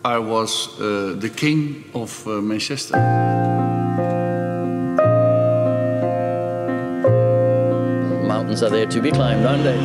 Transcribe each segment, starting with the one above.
I was the king of Manchester. Mountains are there to be climbed, aren't they?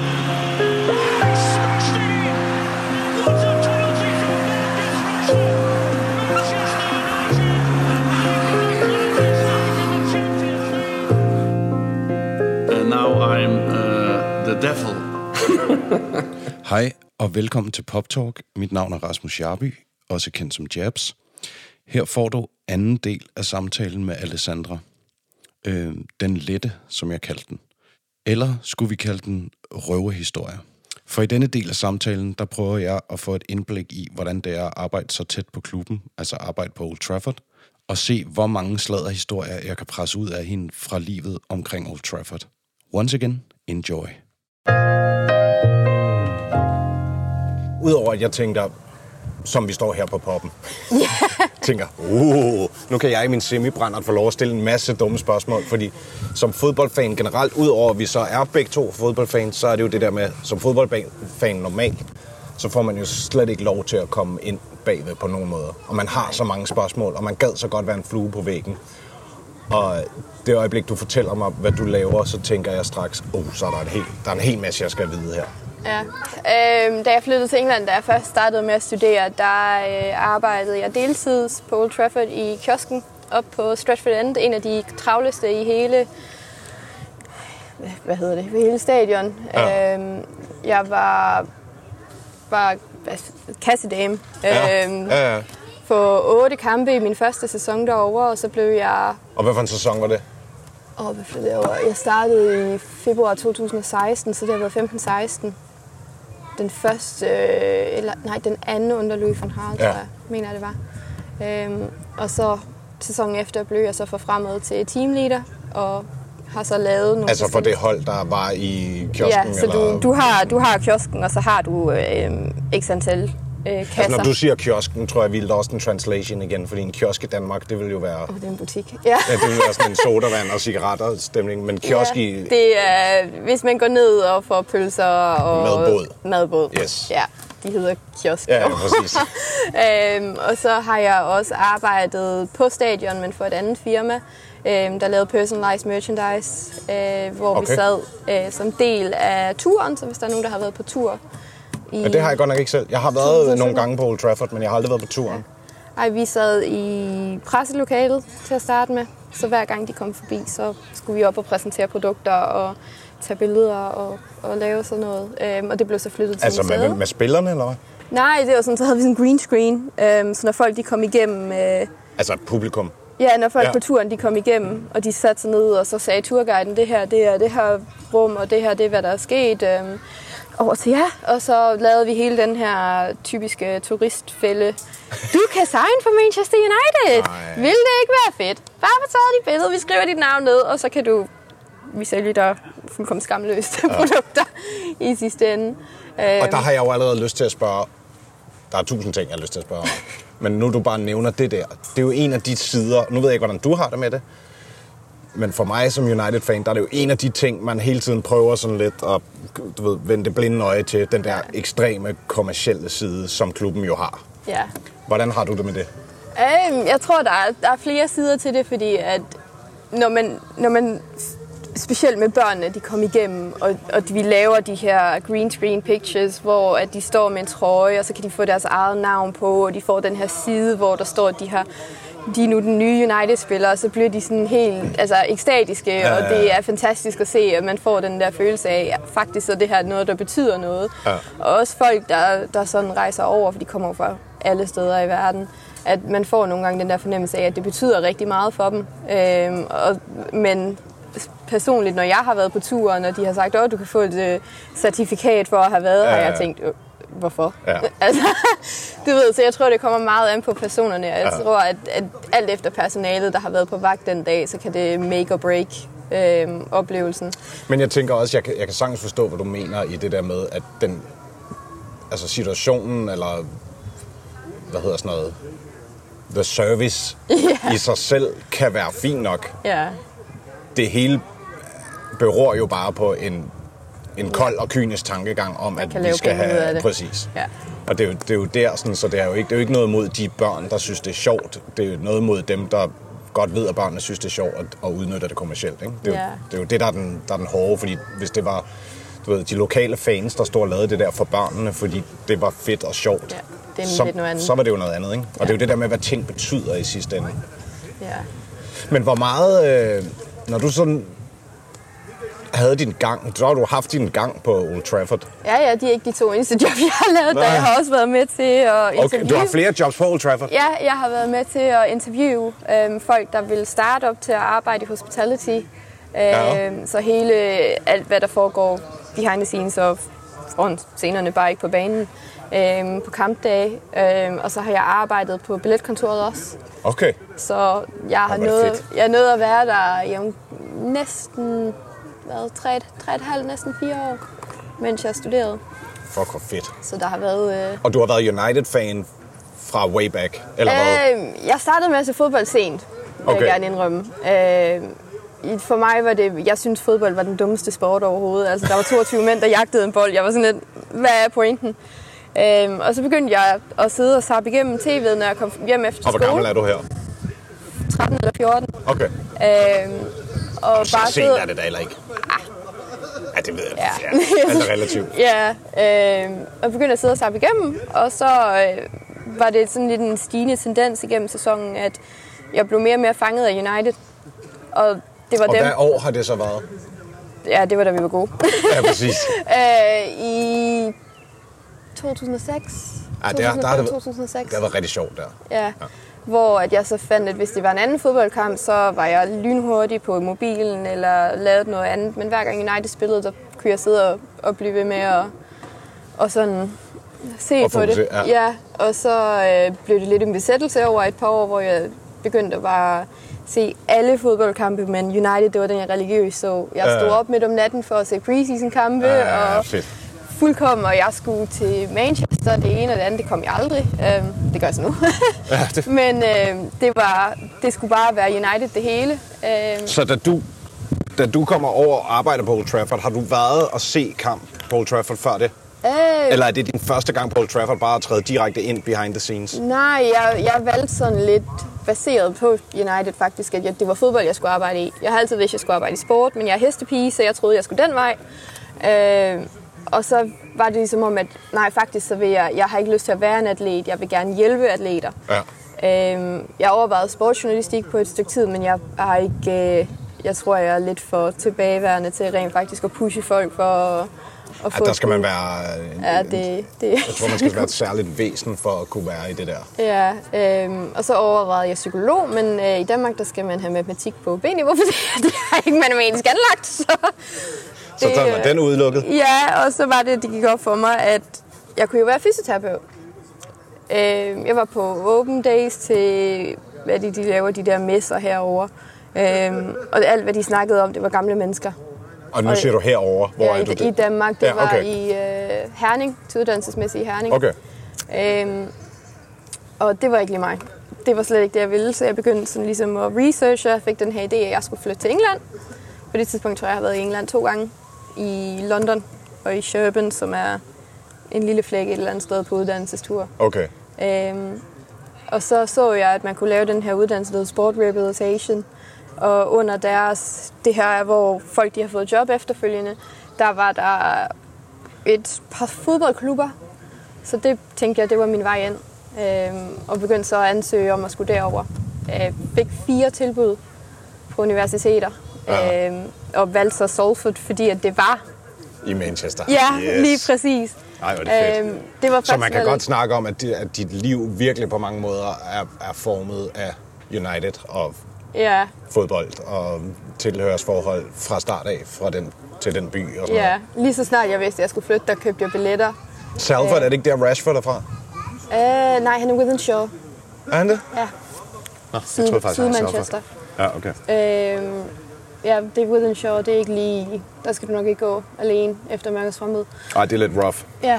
Now I'm the devil. Hej og velkommen til Pop Talk. Mit navn er Rasmus Jarby, også kendt som Jabs. Her får du anden del af samtalen med Alessandra. Den lette, som jeg kaldte den. Eller skulle vi kalde den røverhistorie. For i denne del af samtalen, der prøver jeg at få et indblik i, hvordan det er at arbejde så tæt på klubben, altså arbejde på Old Trafford, og se, hvor mange sladderhistorier jeg kan presse ud af hende fra livet omkring Old Trafford. Once again, enjoy. Udover at jeg tænker, som vi står her på poppen, tænker, nu kan jeg i min semi-brændert få lov at stille en masse dumme spørgsmål, fordi som fodboldfan generelt, udover at vi så er begge to fodboldfans, så er det jo det der med, som fodboldfan normalt, så får man jo slet ikke lov til at komme ind bagved på nogen måder. Og man har så mange spørgsmål, og man gad så godt være en flue på væggen. Og det øjeblik, du fortæller mig, hvad du laver, så tænker jeg straks, så er der en hel masse, jeg skal vide her. Ja. Da jeg flyttede til England, da jeg først startede med at studere, der arbejdede jeg deltids på Old Trafford i kiosken op på Stratford End, en af de travleste i hele, hele stadion. Ja. Jeg var kassedame på 8 kampe i min første sæson derovre, og så blev jeg... Og hvad for en sæson var det? Jeg startede i februar 2016, så det har været 15-16. Den første, den anden under Louis van Gaal, tror jeg, mener det var. Og så sæsonen efter blev jeg så forfremmet til teamleader, og har så lavet nogle... Altså for det hold, der var i kiosken? Ja, så eller? Du har kiosken, og så har du x antal kasser. Altså når du siger kiosken, tror jeg, vi også en translation igen, fordi en kiosk i Danmark, det vil jo være... det er en butik. Ja. Ja, det vil være sådan en sodavand og cigaretter stemning, men kiosk i... det er, hvis man går ned og får pølser og... Madbåd. Yes. Ja, de hedder kiosk. Ja, præcis. Og så har jeg også arbejdet på stadion, men for et andet firma, der lavede personalized merchandise, hvor vi sad som del af turen, så hvis der er nogen, der har været på tur. Ja, det har jeg godt nok ikke selv. Jeg har været nogle gange på Old Trafford, men jeg har aldrig været på turen. Ej, vi sad i presselokalet til at starte med, så hver gang de kom forbi, så skulle vi op og præsentere produkter og tage billeder og lave sådan noget. Og det blev så flyttet til museet. Altså med spillerne, eller hvad? Nej, det var sådan, så havde vi sådan en green screen, så når folk de kom igennem... Altså publikum? Ja, når folk på turen de kom igennem, og de satte sig ned, og så sagde turguiden, det her, det er det her rum, og det her, det er, hvad der er sket. Og så lavede vi hele den her typiske turistfælde. Du kan signe for Manchester United! Nej. Vil det ikke være fedt? Bare få taget dit billede, vi skriver dit navn ned, og så kan vi sælge dig fuldkommen skamløst produkter i sidste ende. Og der har jeg jo allerede lyst til at spørge, der er 1000 ting, jeg har lyst til at spørge om. Men nu du bare nævner det der, det er jo en af de sider, nu ved jeg ikke, hvordan du har det med det, men for mig som United-fan, der er det jo en af de ting, man hele tiden prøver sådan lidt at vende det blinde øje til, den der ekstreme kommercielle side, som klubben jo har. Ja. Hvordan har du det med det? Jeg tror, der er flere sider til det, fordi at når man specielt med børnene, de kommer igennem, og vi laver de her green screen pictures, hvor at de står med en trøje, og så kan de få deres eget navn på, og de får den her side, hvor der står, at de er nu den nye United-spillere, og så bliver de sådan helt ekstatiske, og det er fantastisk at se, at man får den der følelse af, at faktisk er det her noget, der betyder noget. Ja. Og også folk, der sådan rejser over, for de kommer fra alle steder i verden, at man får nogle gange den der fornemmelse af, at det betyder rigtig meget for dem. Men personligt, når jeg har været på turen, og de har sagt, at du kan få et certifikat for at have været her, jeg tænkt, hvorfor? Ja. Altså, du ved, så jeg tror, det kommer meget an på personerne. Jeg tror, at alt efter personalet, der har været på vagt den dag, så kan det make or break oplevelsen. Men jeg tænker også, jeg kan sagtens forstå, hvad du mener i det der med, at den, altså situationen, eller hvad hedder sådan noget, the service i sig selv kan være fint nok. Ja. Det hele beror jo bare på en kold og kynisk tankegang om, at vi skal have... Præcis. Ja. Og det er jo der, sådan, så det er jo ikke noget mod de børn, der synes, det er sjovt. Det er jo noget mod dem, der godt ved, at børnene synes, det er sjovt at udnytte det kommercielt. Ikke? Det er jo det, der er den hårde, fordi hvis det var de lokale fans, der stod og lavede det der for børnene, fordi det var fedt og sjovt, det er lidt noget andet. Så var det jo noget andet. Ikke? Og det er jo det der med, hvad ting betyder i sidste ende. Ja. Men hvor meget, når du sådan havde din gang, så har du haft din gang på Old Trafford. Ja, de er ikke de 2 eneste job, jeg har lavet, der jeg har også været med til at interviewe. Okay, du har flere jobs på Old Trafford? Ja, jeg har været med til at interviewe folk, der vil starte op til at arbejde i hospitality. Så alt, hvad der foregår behind the scenes og foran scenerne, bare ikke på banen, på kampdage. Og så har jeg arbejdet på billetkontoret også. Okay. Så jeg har nået at være der i næsten 3,5, næsten 4 år, mens jeg studerede. Fuck, hvor fedt. Så der har været... Og du har været United-fan fra way back, eller hvad? Jeg startede med at se fodbold sent, vil jeg gerne indrømme. For mig var det... Jeg synes, fodbold var den dummeste sport overhovedet. Altså, der var 22 mænd, der jagtede en bold. Jeg var sådan lidt, hvad er pointen? Og så begyndte jeg at sidde og zappe igennem tv'et, når jeg kom hjem efter skole. Og hvor gammel er du her? 13 eller 14. Okay. Og så bare sent er det da heller ikke. Ja, det ved jeg. Ja. Alt er relativt. Og begyndte at sidde og zappe igennem. Og så var det sådan lidt en stigende tendens igennem sæsonen, at jeg blev mere og mere fanget af United. Og det var hvad år har det så været? Ja, det var da vi var gode. Ja, præcis. I 2006. Ja, 2006. Det var rigtig sjovt der. Ja. Hvor at jeg så fandt, at hvis det var en anden fodboldkamp, så var jeg lynhurtig på mobilen eller lavede noget andet. Men hver gang United spillede, så kunne jeg sidde og blive ved med og sådan se på det. Ja, og så blev det lidt en besættelse over et par år, hvor jeg begyndte at bare se alle fodboldkampe, men United, det var den, jeg religiøst så. Jeg stod op midt om natten for at se preseason-kampe, og fuldkommen, og jeg skulle til Manchester, det ene og det andet, det kom jeg aldrig. Det gør jeg så nu. Men det skulle bare være United det hele. Så da du kommer over og arbejder på Old Trafford, har du været og se kamp på Old Trafford før det? Eller er det din første gang på Old Trafford, bare at træde direkte ind behind the scenes? Nej, jeg valgte sådan lidt baseret på United faktisk, at det var fodbold, jeg skulle arbejde i. Jeg har altid vidst, at jeg skulle arbejde i sport, men jeg er hestepige, så jeg troede, jeg skulle den vej. Og så var det ligesom om, at nej, faktisk så vil jeg har ikke lyst til at være en atlet, jeg vil gerne hjælpe atleter. Ja. Jeg overvejede sportsjournalistik på et stykke tid, men jeg har ikke, jeg tror, jeg er lidt for tilbageværende til rent faktisk at pushe folk for at få... Der skal man være... det. Jeg tror, man skal være et særligt væsen for at kunne være i det der. Ja, og så overvejede jeg psykolog, men i Danmark, der skal man have matematik på B-niveau, for det er ikke matematisk anlagt, Så der var den udelukket? Ja, og så var det gik op for mig, at jeg kunne jo være fysioterapeut. Jeg var på Open Days til, hvad de laver, de der messer herovre. Og alt, hvad de snakkede om, det var gamle mennesker. Og nu siger du herovre. Hvor er du det? I Danmark. Det var i Herning, til uddannelsesmæssigt i Herning. Okay. Og det var ikke lige mig. Det var slet ikke det, jeg ville, så jeg begyndte sådan ligesom at researche. Jeg fik den her idé, at jeg skulle flytte til England. På det tidspunkt tror jeg har været i England 2 gange. I London og i Sherburn, som er en lille flæk et eller andet sted på uddannelsestur. Okay. Og så jeg, at man kunne lave den her uddannelse, der hedder Sport Rehabilitation. Og under det her, hvor folk de har fået job efterfølgende, der var der et par fodboldklubber. Så det tænkte jeg, det var min vej ind. Og begyndte så at ansøge om at skulle derover. Fik 4 tilbud på universiteter. Og valgte så Salford, fordi at det var... I Manchester. Ja, yes. Lige præcis. Ej, hvor det fedt. Det var så man kan godt snakke om, at dit liv virkelig på mange måder er formet af United og fodbold og tilhørsforhold fra start af, til den by og sådan noget. Lige så snart jeg vidste, at jeg skulle flytte, der købte jeg billetter. Salford, er det ikke der Rashford er fra? Nej, han er Wythenshawe. Er han det? Ja. Nå, jeg troede faktisk, han er Manchester. Ja, okay. Ja, det er Wythenshawe, det er ikke lige... Der skal du nok ikke gå alene efter mørkets fremmøde. Ej, det er lidt rough. Ja.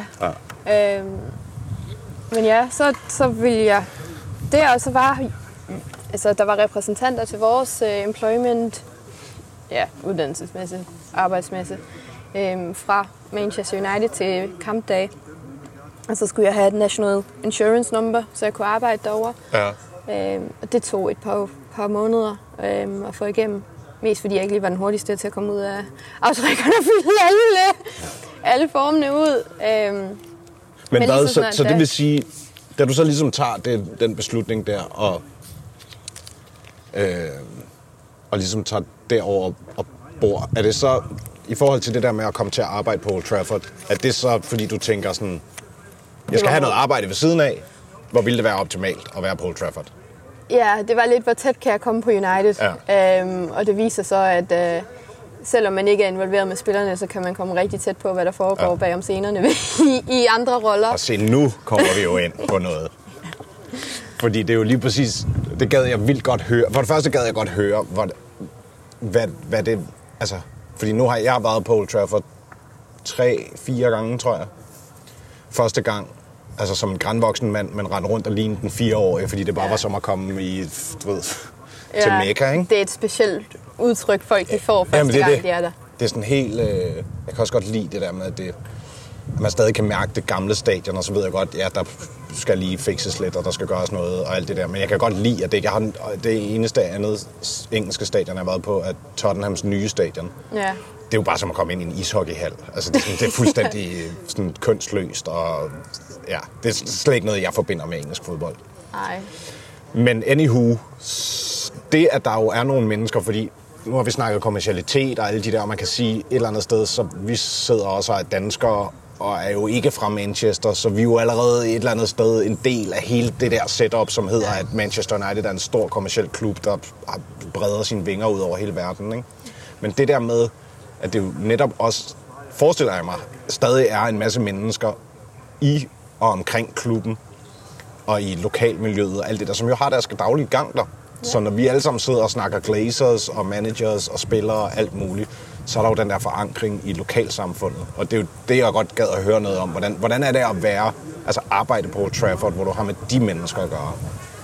Men ja, så ville jeg... Der så var... Altså, der var repræsentanter til vores employment... Ja, uddannelsesmæssigt, arbejdsmæssigt. Fra Manchester United til kampdag. Og så skulle jeg have et national insurance number, så jeg kunne arbejde derovre. Ja. Og det tog et par måneder at få igennem. Mest fordi jeg ikke lige var den hurtigste til at komme ud af aftrækkerne og fylde alle formene ud. Men hvad, lige så det vil sige, da du så ligesom tager den beslutning der, og ligesom tager derover og bor, er det så, i forhold til det der med at komme til at arbejde på Old Trafford, er det så, fordi du tænker sådan, jeg skal have noget arbejde ved siden af, hvor ville det være optimalt at være på Old Trafford? Ja, det var lidt, hvor tæt kan jeg komme på United. Ja. Og det viser så, at selvom man ikke er involveret med spillerne, så kan man komme rigtig tæt på, hvad der foregår bagom scenerne i andre roller. Og se, nu kommer vi jo ind på noget. Fordi det er jo lige præcis, det gad jeg vildt godt høre. For det første gad jeg godt høre, hvad det, altså, fordi nu har jeg været på Old Trafford 3-4 gange, tror jeg. Første gang, altså som en grandvoksen mand, men rendte rundt og lignede den 4-årige, fordi det bare var som at komme i, du ved, til Mekka, ikke? Det er et specielt udtryk, folk de får første gang, de er der. Det er sådan helt, jeg kan også godt lide det der med, at man stadig kan mærke det gamle stadion, og så ved jeg godt, ja, der skal lige fikses lidt, og der skal gøres noget, og alt det der. Men jeg kan godt lide, at det ikke har det eneste andet engelske stadion, jeg har været på, er Tottenhams nye stadion. Ja. Det er jo bare som at komme ind i en ishockeyhal. Altså, det er fuldstændig sådan kønsløst, og ja, det er slet ikke noget, jeg forbinder med engelsk fodbold. Nej. Men anywho, det at der jo er nogle mennesker, fordi nu har vi snakket kommercialitet og alle de der, og man kan sige et eller andet sted, så vi sidder også og er danskere, og er jo ikke fra Manchester, så vi er jo allerede et eller andet sted en del af hele det der setup, som hedder, at Manchester United er en stor kommerciel klub, der breder sine vinger ud over hele verden, ikke? Men det der med, at det jo netop også, forestiller jeg mig, stadig er en masse mennesker i og omkring klubben, og i lokalmiljøet og alt det der, som jo har deres daglige gang der. Ja. Så når vi alle sammen sidder og snakker glazers og managers og spillere og alt muligt, så er der jo den der forankring i lokalsamfundet. Og det er jo det, jeg godt gad at høre noget om. Hvordan er det at være, altså arbejde på Old Trafford, hvor du har med de mennesker at gøre?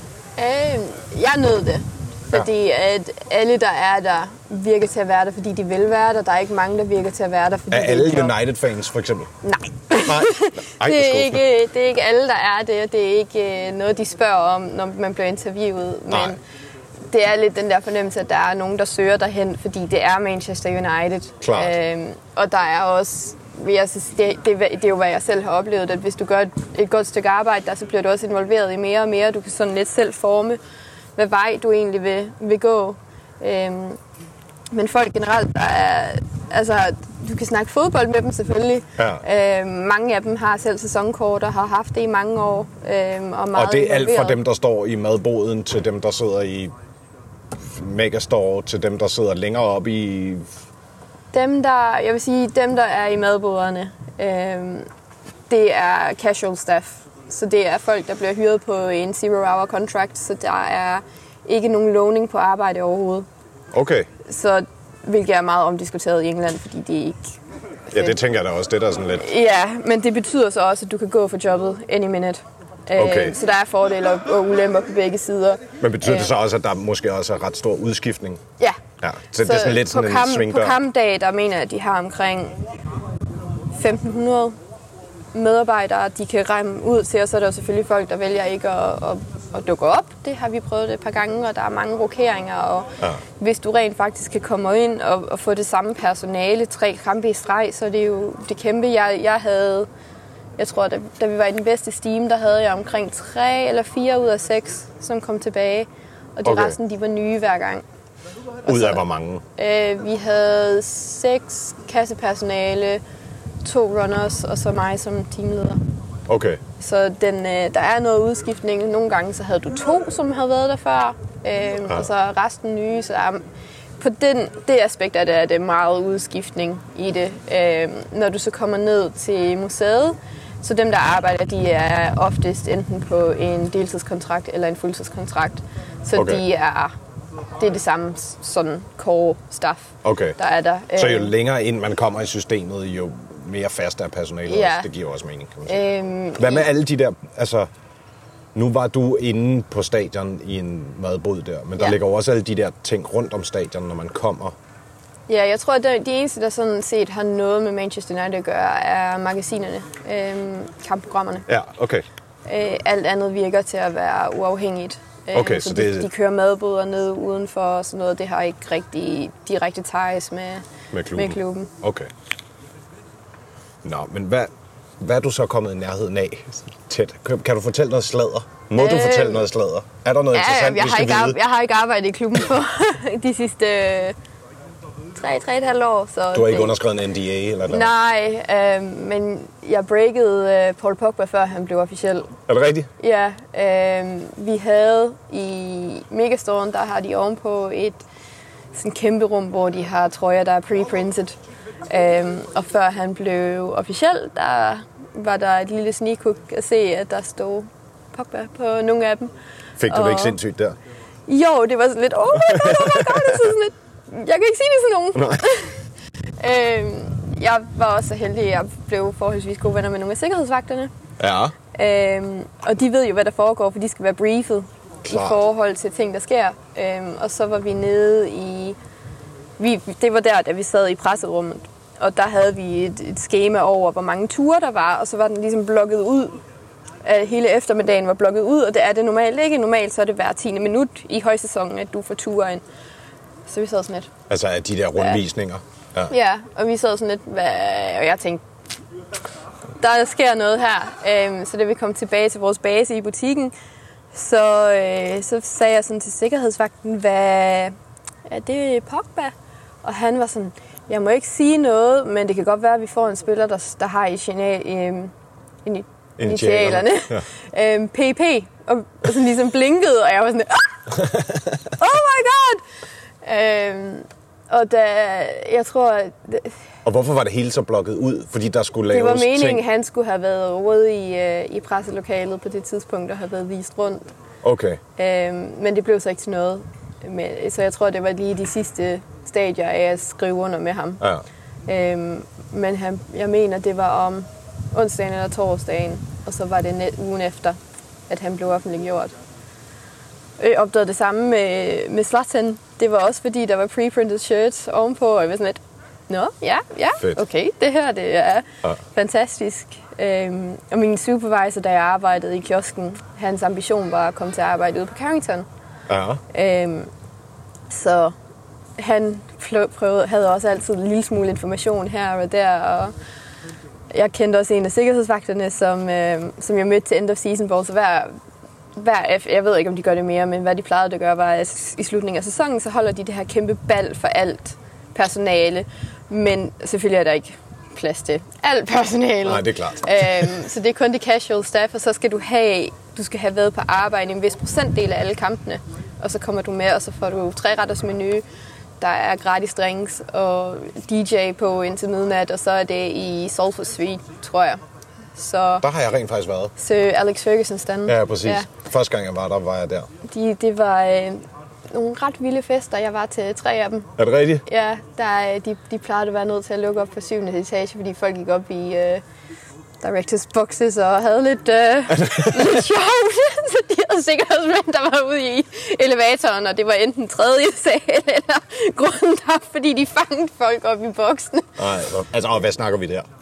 Jeg nød det. Fordi at alle, der er der, virker til at være der, fordi de vil være der. Der er ikke mange, der virker til at være der, fordi er alle United-fans, for eksempel? Nej. Ej, det er ikke alle, der er det, det er ikke noget, de spørger om, når man bliver interviewet. Men det er lidt den der fornemmelse, at der er nogen, der søger derhen, fordi det er Manchester United. Og der er også, det er jo, hvad jeg selv har oplevet, at hvis du gør et godt stykke arbejde der, så bliver du også involveret i mere og mere. Du kan sådan lidt selv forme, hvad vej du egentlig vil gå. Men folk generelt, der er, altså, du kan snakke fodbold med dem selvfølgelig. Ja. Mange af dem har selv sæsonkort og har haft det i mange år. Og det er alt fra dem, der står i madboden, til dem, der sidder i Megastore, til dem, der sidder længere oppe i... Dem, der er i madboderne, det er casual staff. Så det er folk, der bliver hyret på en 0-hour contract, så der er ikke nogen lovning på arbejde overhovedet. Okay. Så, hvilket er meget omdiskuteret i England, fordi det er ikke... Ja, det tænker jeg da også, det der er sådan lidt... Ja, men det betyder så også, at du kan gå for jobbet any minute. Okay. Så der er fordele og ulemper på begge sider. Men betyder det så også, at der måske også er ret stor udskiftning? Ja. Så det er sådan lidt sådan en svingdør? På kampdag, der mener jeg, at de har omkring 1.500 medarbejdere, de kan remme ud til, og så er der jo selvfølgelig folk, der vælger ikke at dukke op. Det har vi prøvet et par gange, og der er mange rokeringer, og hvis du rent faktisk kan komme ind og få det samme personale, 3 kampe i streg, så er det jo det kæmpe. Jeg tror, da vi var i den bedste steam, der havde jeg omkring 3 eller 4 ud af 6, som kom tilbage, og det resten, de var nye hver gang. Ud af hvor mange? Vi havde 6 kassepersonale, 2 runners, og så mig som teamleder. Okay. Så der er noget udskiftning. Nogle gange så havde du 2, som havde været der før, og så resten nye. Så på det aspekt er det meget udskiftning i det. Når du så kommer ned til museet, så dem, der arbejder, de er oftest enten på en deltidskontrakt eller en fuldtidskontrakt. Så det er det samme sådan core staff, der er der. Så jo længere ind man kommer i systemet, jo mere fast er personalet også. Det giver også mening, kan man sige. Hvad med alle de der, altså, nu var du inde på stadion i en madbod der, men der ligger også alle de der ting rundt om stadion, når man kommer Ja, jeg tror, at de eneste, der sådan set har noget med Manchester United at gøre, er magasinerne, kampprogrammerne. Ja, okay. Alt andet virker til at være uafhængigt. Okay, så de kører madboder ned udenfor og sådan noget. Det har ikke rigtig direkte ties med klubben. Okay. Nå, men hvad er du så kommet i nærheden af tæt? Kan du fortælle noget sladder? Må du fortælle noget sladder? Er der noget interessant, vi skal vide? Jeg har ikke arbejdet i klubben for de sidste 3,5 år. Så du har ikke underskrevet en NDA eller noget? Nej, men jeg breakede Paul Pogba, før han blev officiel. Er det rigtigt? Ja, vi havde i Megastoren, der har de ovenpå et sådan kæmpe rum, hvor de har trøjer, der er pre-printed. Og før han blev officiel, der var der et lille sneakhook at se, at der stod Pogba på nogle af dem. Fik du det ikke sindssygt der? Jo, det var sådan lidt, oh my god, det er sådan lidt, jeg kan ikke sige det sådan nogen. Jeg var også så heldig, at jeg blev forholdsvis gode venner med nogle af sikkerhedsvagterne. Ja. Og de ved jo, hvad der foregår, for de skal være briefet. Klar. I forhold til ting, der sker. Og så var vi nede i... Det var der, da vi sad i presserummet. Og der havde vi et skema over, hvor mange ture der var. Og så var den ligesom blokket ud. Hele eftermiddagen var blokket ud, og det er det normalt ikke. Normalt så er det hver 10. minut i højsæsonen, at du får ture ind. Så vi sad sådan lidt. Altså de der rundvisninger? Ja, og vi sad sådan lidt, og jeg tænkte, der sker noget her. Så da vi kom tilbage til vores base i butikken, så sagde jeg sådan til sikkerhedsvagten, hvad er det Pogba? Og han var sådan, jeg må ikke sige noget, men det kan godt være, at vi får en spiller, der har initialerne. Ja. PP. Og sådan ligesom blinkede, og jeg var sådan, oh my god! Og jeg tror... Og hvorfor var det hele så blokket ud? Fordi der skulle laves ting? Det var meningen, han skulle have været ude i presselokalet på det tidspunkt og have været vist rundt. Okay. Men det blev så ikke til noget. Så jeg tror, det var lige de sidste stadier af at skrive under med ham. Ja. Men jeg mener, det var om onsdagen eller torsdagen, og så var det ugen efter, at han blev offentliggjort. Jeg opdagede det samme med Zlatan. Det var også fordi, der var pre-printed shirts ovenpå, og jeg var sådan lidt, ja, okay, det her, det er fantastisk. Og min supervisor, da jeg arbejdede i kiosken, hans ambition var at komme til at arbejde ude på Carrington. Ja. Så han havde også altid en lille smule information her og der, og jeg kendte også en af sikkerhedsvagterne, som jeg mødte til End of Season Ball, så jeg ved ikke, om de gør det mere, men hvad de plejede at gøre, var, at i slutningen af sæsonen, så holder de det her kæmpe bal for alt personale, men selvfølgelig er der ikke plads til alt personale. Nej, det er klart. Så det er kun det casual staff, og så skal du skal have været på arbejde i en vis procentdel af alle kampene, og så kommer du med, og så får du 3-retters menu, der er gratis drinks og DJ på indtil midnat, og så er det i Salford Suite, tror jeg. Så der har jeg rent faktisk været. Så Alex Ferguson stand. Ja, præcis. Ja. Første gang jeg var der, var jeg der. Det var nogle ret vilde fester. Jeg var til 3 af dem. Er det rigtigt? Ja, de plejede at være nødt til at lukke op på 7. etage, fordi folk gik op i directors boxes og havde lidt sjovt. Så de havde sikkerhedsmænd, der var ude i elevatoren, og det var enten 3. sal eller grunden op, fordi de fangede folk op i boksene. Nej, altså, hvad snakker vi der?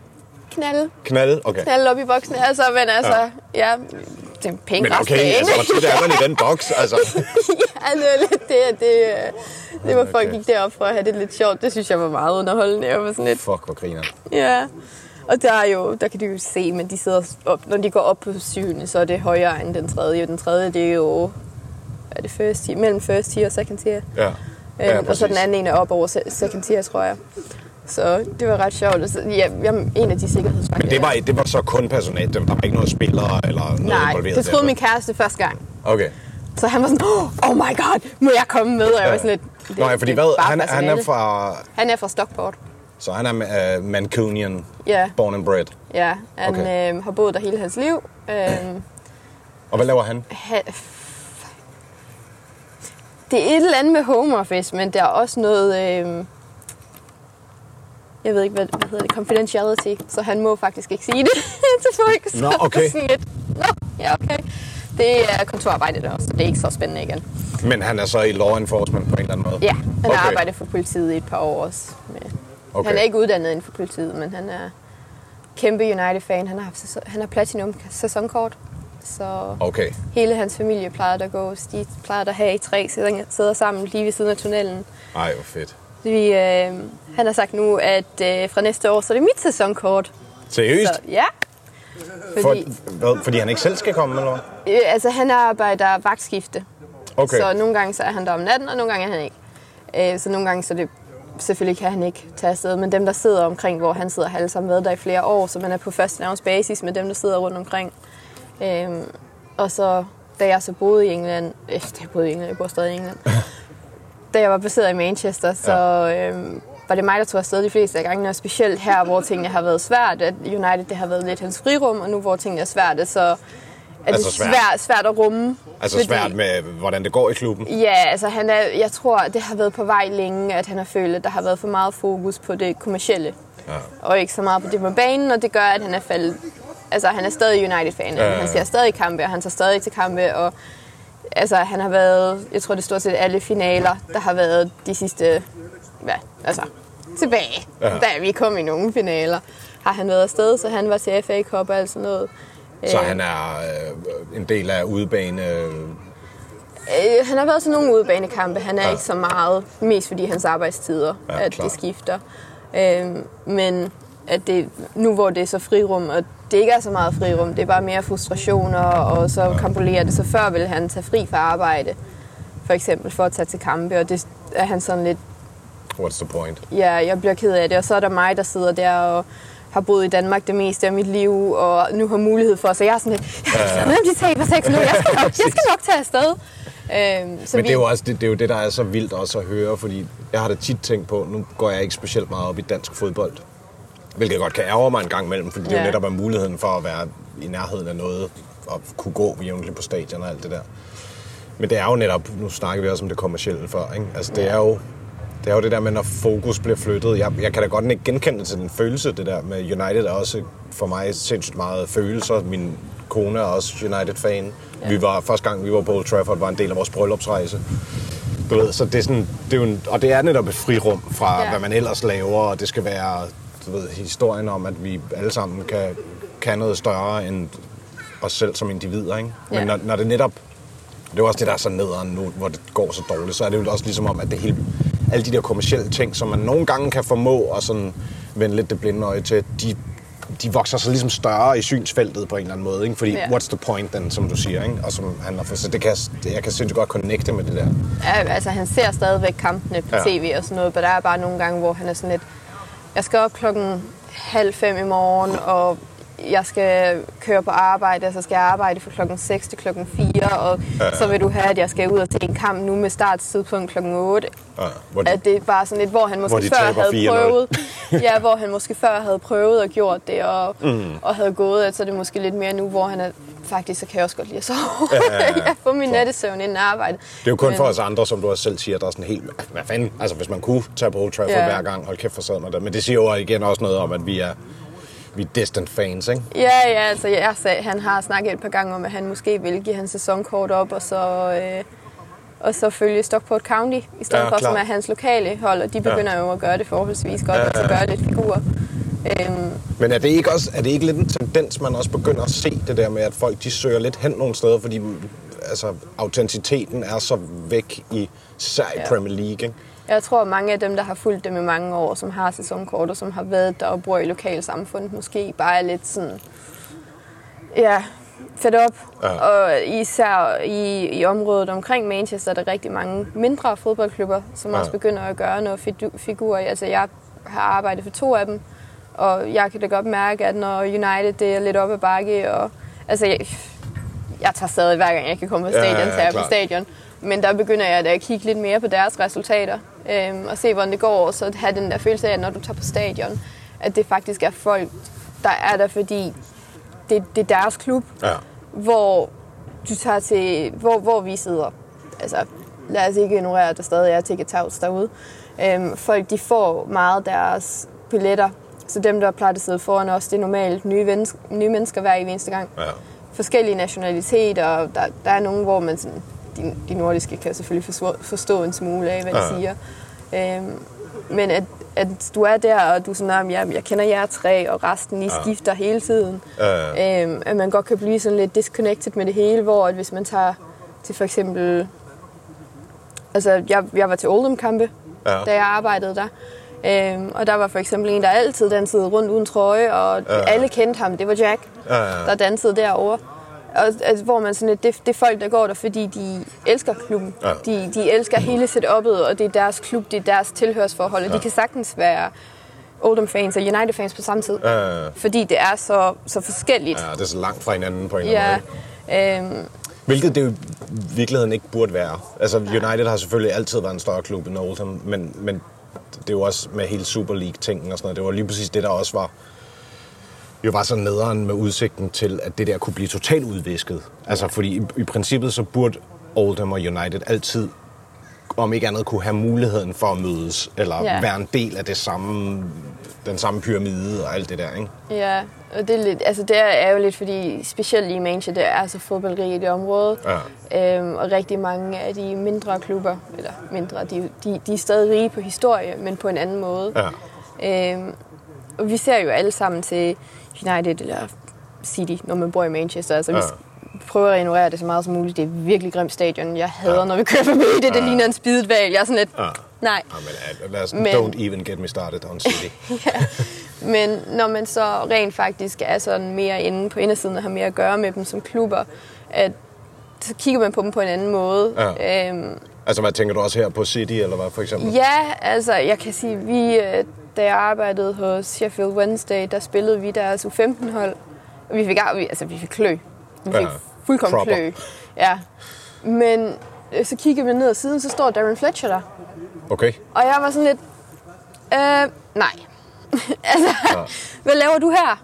Knalde? Okay. Knalde op i boksen. Altså, men altså, ja, det er penge. Men okay, altså, hvor tit er man i den boks, altså? Ja, det var lidt det var folk gik derop for at have det lidt sjovt. Det synes jeg var meget underholdende. Jeg var sådan lidt... Fuck, hvor griner. Ja, og der kan du jo se, men de sidder op, når de går op på 7. så er det højere end den 3. Den 3. det er jo mellem first tier og second tier. Ja, og så den anden er op over second tier, tror jeg. Så det var ret sjovt. Ja, jeg er en af de sikkerhedsvagter. Men det var så kun personale? Der var ikke noget spillere eller noget involveret? Nej, det troede min kæreste første gang. Okay. Så han var sådan, oh my god, må jeg komme med? Og jeg var sådan lidt... Nå ja, fordi hvad? Han er fra... Han er fra Stockport. Så han er Mancunian, ja. Born and bred? Ja, han har boet der hele hans liv. Og hvad laver han? Det er et eller andet med home office, men der er også noget... jeg ved ikke, hvad hedder det, confidentiality, så han må faktisk ikke sige det til folk. Nå, okay. Nå, ja, okay. Det er kontorarbejde der også, så det er ikke så spændende igen. Men han er så i law enforcement på en eller anden måde? Ja, han har arbejdet for politiet i et par år også. Okay. Han er ikke uddannet inden for politiet, men han er kæmpe United-fan. Han har platinum sæsonkort, så hele hans familie plejede at gå. De plejede at have 3 sidder sammen lige ved siden af tunnelen. Ej, hvor fedt. Han har sagt nu, at fra næste år, så er det mit sæsonkort. Seriøst? Så, ja. Fordi han ikke selv skal komme, eller hvad? Altså, han arbejder vagtskifte. Okay. Så nogle gange så er han der om natten, og nogle gange er han ikke. Så nogle gange så det selvfølgelig kan han ikke tage afsted, men dem, der sidder omkring, hvor han sidder, har alle sammen været der i flere år, så man er på første navns basis med dem, der sidder rundt omkring. Og så, da jeg så boede i England, jeg bor stadig i England, da jeg var baseret i Manchester, så var det mig, der tog afsted de fleste af gangene, og specielt her, hvor tingene har været svært, at United det har været lidt hans frirum, og nu hvor tingene er svært, så er det svært at rumme. Altså fordi, svært med, hvordan det går i klubben? Ja, altså jeg tror, det har været på vej længe, at han har følt, at der har været for meget fokus på det kommercielle, og ikke så meget på det på banen, og det gør, at han er faldet. Altså, han er stadig United-fan, han ser stadig kampe, og han tager stadig til kampe, og altså, han har været, jeg tror det stort set alle finaler, der har været de sidste, tilbage, da vi kom i nogle finaler, har han været afsted, så han var til FA Cup og alt sådan noget. Så han er en del af udebane? Han har været til nogle udebanekampe, han er ikke så meget, mest fordi hans arbejdstider, at det skifter. Men at det, nu hvor det er så frirum, og det ikke er så meget frirum, det er bare mere frustrationer, og så kampolerer det, så før vil han tage fri fra arbejde, for eksempel for at tage til kampe, og det er han sådan lidt... What's the point? Ja, jeg bliver ked af det, og så er der mig, der sidder der og har boet i Danmark det meste af mit liv, og nu har mulighed for, så jeg er sådan lidt, de taber 6 nu, jeg skal nok tage afsted. Men det er jo det, der er så vildt også at høre, fordi jeg har da tit tænkt på, nu går jeg ikke specielt meget op i dansk fodbold, hvilket godt kan ærge mig en gang imellem, fordi det jo netop er muligheden for at være i nærheden af noget, og kunne gå jævnligt på stadion og alt det der. Men det er jo netop, nu snakker vi også om det kommercielle før, ikke? Altså det er jo det der med, når fokus bliver flyttet. Jeg kan da godt ikke genkende til den følelse, det der med United er også for mig sindssygt meget følelser. Min kone er også United-fan. Ja. Første gang vi var på Old Trafford, var en del af vores bryllupsrejse. Du ved, så det er sådan, og det er netop et frirum fra, hvad man ellers laver, og det skal være, du ved, historien om, at vi alle sammen kan noget større end os selv som individer, ikke? Men når det netop, det er også det, der er så nederen nu, hvor det går så dårligt, så er det jo også ligesom om, at det hele, alle de der kommercielle ting, som man nogle gange kan formå og sådan vende lidt det blinde øje til, de vokser så ligesom større i synsfeltet på en eller anden måde, ikke? Fordi what's the point then, som du siger, ikke? Og som han har for, så jeg kan sindssygt godt connecte med det der. Ja, altså han ser stadigvæk kampene på tv og sådan noget, men der er bare nogle gange, hvor han er sådan lidt, jeg skal op 4:30 i morgen, og jeg skal køre på arbejde, og så skal jeg arbejde fra 6 til 4, og så vil du have, at jeg skal ud og se en kamp nu med starttidspunkt 8. At det er bare sådan lidt, hvor han måske før havde prøvet. Ja, hvor han måske før havde prøvet og gjort det, og havde gået, at så er det måske lidt mere nu, hvor han er faktisk, så kan jeg også godt lide at sove. Jeg får min nattesøvn inden arbejde. Det er jo kun for os andre, som du også selv siger, der er sådan helt, hvad fanden, altså hvis man kunne tage på Old Trafford hver gang, hold kæft for sad med det. Men det siger jo igen også noget om, at vi er distant fans, ikke? Ja, altså han har snakket et par gange om, at han måske vil give hans sæsonkort op, og så følge Stockport County, i stedet for, som er hans lokale hold, og de begynder jo at gøre det forholdsvis godt, og så gøre lidt figurer. Men er det ikke lidt en tendens, man også begynder at se det der med, at folk de søger lidt hen nogle steder, fordi altså, autenticiteten er så væk i Premier League, ikke? Jeg tror, at mange af dem, der har fulgt dem i mange år, som har sæsonkort, og som har været der og bor i lokalsamfundet, måske bare er lidt sådan, fedt op. Og især i området omkring Manchester, der er rigtig mange mindre fodboldklubber, som også begynder at gøre noget figurer. Altså, jeg har arbejdet for 2 af dem, og jeg kan da godt mærke, at når United det er lidt op ad bakke, og altså, jeg tager stadig hver gang, jeg kan komme på stadion, tager jeg på stadion. Men der begynder jeg da at kigge lidt mere på deres resultater, og se, hvordan det går, og så have den der følelse af, at når du tager på stadion, at det faktisk er folk, der er der, fordi det er deres klub, hvor du tager til, hvor vi sidder. Altså, lad os ikke ignorere, at der stadig er ticket-touts derude. Folk, de får meget deres billetter, så dem, der plejer at sidde foran os, det er normalt nye mennesker hver eneste gang. forskellige nationaliteter, og der er nogen, hvor man sådan, de nordiske kan selvfølgelig forstå en smule af, hvad de siger. Men at du er der, og du er sådan, jeg kender jer tre, og resten I skifter hele tiden. At man godt kan blive sådan lidt disconnected med det hele, hvor at hvis man tager til for eksempel... Altså, jeg var til Oldham-kampe, da jeg arbejdede der. Og der var for eksempel en, der altid dansede rundt uden trøje, og alle kendte ham. Det var Jack, der dansede derovre. Og, altså, hvor man sådan, det er folk, der går der, fordi de elsker klubben. De elsker hele setup'et, og det er deres klub, det er deres tilhørsforhold. Og de kan sagtens være Oldham-fans og United-fans på samme tid. Fordi det er så forskelligt. Ja, det er så langt fra hinanden på en eller anden måde. Hvilket det jo i virkeligheden ikke burde være. Altså, United har selvfølgelig altid været en større klub end Oldham, men det er jo også med hele Super League-tingen og sådan noget. Det var lige præcis det, der også var så nederen med udsigten til, at det der kunne blive totalt udvisket. Altså, fordi i princippet så burde Oldham og United altid, om ikke andet, kunne have muligheden for at mødes, eller være en del af den samme pyramide og alt det der, ikke? Ja, og det er lidt, altså det er jo lidt, fordi specielt i Manchester, det er så fodboldrigt i det område, og rigtig mange af de mindre klubber, eller mindre, de er stadig rige på historie, men på en anden måde. Og vi ser jo alle sammen til United eller City, når man bor i Manchester. Altså, vi prøver at ignorere det så meget som muligt. Det er virkelig grimt stadion. Jeg hader, når vi kører forbi det. Det ligner en spidet valg. Jeg er sådan lidt, nej. Men don't even get me started on City. Men når man så rent faktisk er sådan mere inde på indersiden og har mere at gøre med dem som klubber, så kigger man på dem på en anden måde. Altså, hvad tænker du også her på City, eller hvad for eksempel? Ja, altså, jeg kan sige, da jeg arbejdede hos Sheffield Wednesday, der spillede vi deres U15-hold. Og vi fik klø. Vi fik fuldkommen klø. Ja. Men så kigger vi ned ad siden, så står Darren Fletcher der. Okay. Og jeg var sådan lidt, nej. Altså, hvad laver du her?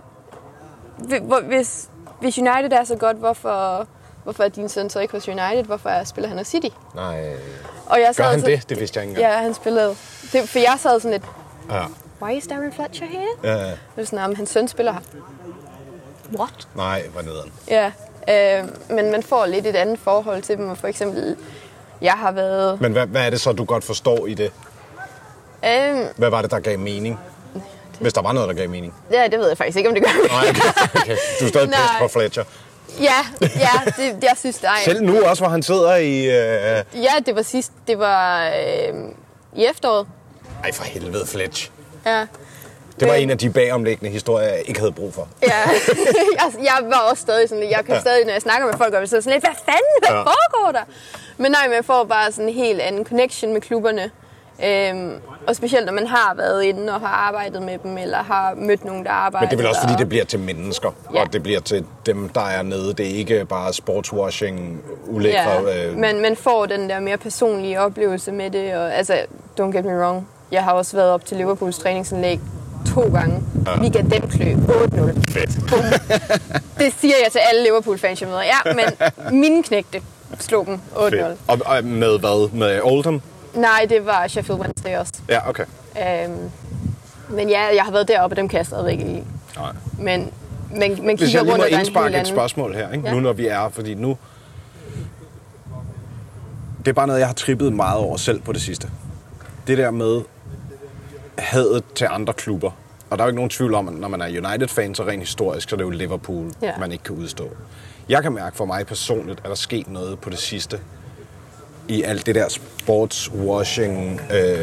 Hvis United er så godt, hvorfor er din søn så ikke hos United? Hvorfor spiller han hos City? Nej. Og jeg gør han det? Det vidste jeg ikke engang. Ja, han spillede. For jeg sad sådan lidt, why is Darren Fletcher here? Ja. Det er sådan, hans søn spiller her. What? Nej, hvor nederen. Ja, men man får lidt et andet forhold til dem. For eksempel, jeg har været... Men hvad er det så, du godt forstår i det? Hvad var det, der gav mening? Hvis der var noget, der gav mening. Ja, det ved jeg faktisk ikke, om det gør. Nej, okay. Du er stadig pæst på Fletcher. Ja, jeg synes det er... Selv nu også, hvor han sidder i... Ja, det var sidst. Det var i efteråret. Ej, for helvede, Fletch. Ja. Det var en af de bagomliggende historier, jeg ikke havde brug for. Ja, jeg var også stadig sådan lidt... Jeg kan stadig, når jeg snakker med folk, og så sådan lidt, hvad fanden, hvad foregår der? Men nej, man får bare sådan en helt anden connection med klubberne. Og specielt når man har været inde og har arbejdet med dem, eller har mødt nogen, der arbejder. Men det er vel også, fordi det bliver til mennesker, og det bliver til dem, der er nede. Det er ikke bare sportswashing, ulækre... Ja, men man får den der mere personlige oplevelse med det. Og, altså, don't get me wrong. Jeg har også været op til Liverpools træningsanlæg 2 gange. Vi gav dem klø 8-0. Fedt. Det siger jeg til alle Liverpool-fans, jeg møder. Ja, men mine knægte slog dem 8-0. Fedt. Og med hvad? Med Oldham? Nej, det var Sheffield Wednesday også. Ja, okay. Men ja, jeg har været deroppe, og dem kan jeg stadigvæk ikke lide. Nej. Men man kigger rundt, hvis jeg lige må indsparke et spørgsmål her, ikke? Nu når vi er, fordi nu... Det er bare noget, jeg har trippet meget over selv på det sidste. Det der med hadet til andre klubber. Og der er jo ikke nogen tvivl om, at når man er United-fan, så rent historisk, så er det jo Liverpool, man ikke kan udstå. Jeg kan mærke for mig personligt, at der sket noget på det sidste i alt det der sportswashing,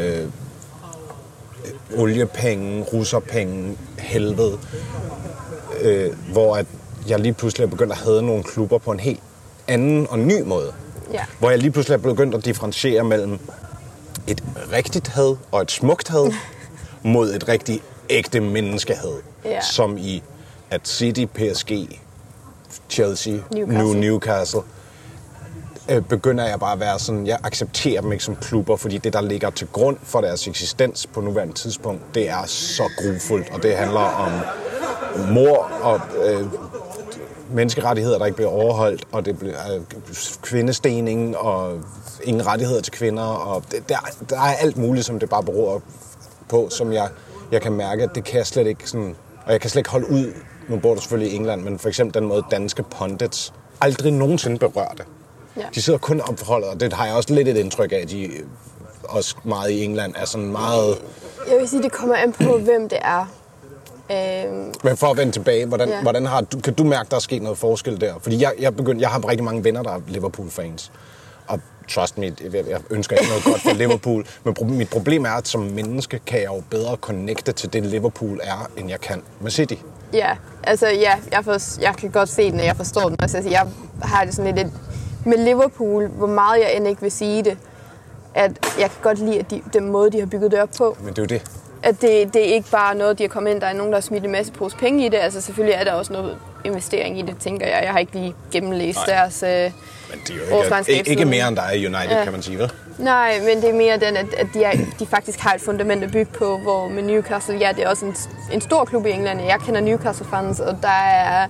oliepenge, russerpenge, helvede, hvor at jeg lige pludselig er begyndt at hade nogle klubber på en helt anden og ny måde. Ja. Hvor jeg lige pludselig er begyndt at differentiere mellem et rigtigt had og et smukt had mod et rigtig ægte menneskehad. Ja. Som i at City, PSG, Chelsea, Newcastle, begynder jeg bare at være sådan, jeg accepterer dem ikke som klubber, fordi det, der ligger til grund for deres eksistens på nuværende tidspunkt, det er så grufuldt, og det handler om mord og menneskerettigheder, der ikke bliver overholdt, og det bliver kvindestening og ingen rettigheder til kvinder, og der er alt muligt, som det bare beror på, som jeg kan mærke, at det kan jeg slet ikke sådan, og jeg kan slet ikke holde ud nu bor du selvfølgelig i England, men for eksempel den måde danske pundits aldrig nogensinde berører det. Ja. De sidder kun om forholdet, og det har jeg også lidt et indtryk af, at de også meget i England er sådan meget... Jeg vil sige, det kommer an på, hvem det er. Men for at vende tilbage, hvordan kan du mærke, der er sket noget forskel der? Fordi jeg har rigtig mange venner, der er Liverpool-fans. Og trust me, jeg ønsker ikke noget godt for Liverpool. Men mit problem er, at som menneske kan jeg jo bedre connecte til det, Liverpool er, end jeg kan med City. Ja, altså jeg kan godt se den, og jeg forstår den. Altså, jeg har det sådan lidt med Liverpool, hvor meget jeg end ikke vil sige det, at jeg kan godt lide at den måde, de har bygget det op på. Men det er jo det. At det er ikke bare noget, de har kommet ind, der er nogen, der har smidt en masse pose penge i det. Altså selvfølgelig er der også noget investering i det, tænker jeg. Jeg har ikke lige gennemlæst deres men det er jo ikke mere, end der er i United, kan man sige, vel? Nej, men det er mere den, at de faktisk har et fundament at bygge på, hvor med Newcastle, ja, det er også en stor klub i England. Jeg kender Newcastle-fans, og der er...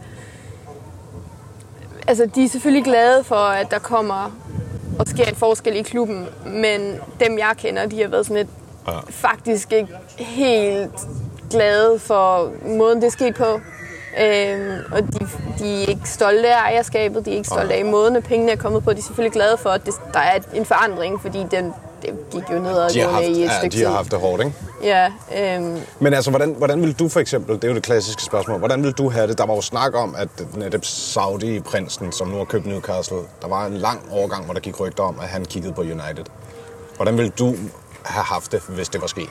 Altså, de er selvfølgelig glade for, at der kommer og sker en forskel i klubben, men dem, jeg kender, de har været sådan lidt faktisk ikke helt glade for måden, det er sket på. Og de er ikke stolte af ejerskabet, de er ikke stolte af måden, at pengene er kommet på. De er selvfølgelig glade for, at der er en forandring, fordi det gik jo ned og gående i et stykke tid. De har haft det hårdt, ikke? Ja. Men altså, hvordan vil du for eksempel, det er jo det klassiske spørgsmål, hvordan vil du have det? Der var jo snak om, at netop Saudi-prinsen, som nu har købt Newcastle, der var en lang overgang, hvor der gik rygter om, at han kiggede på United. Hvordan vil du have haft det, hvis det var sket?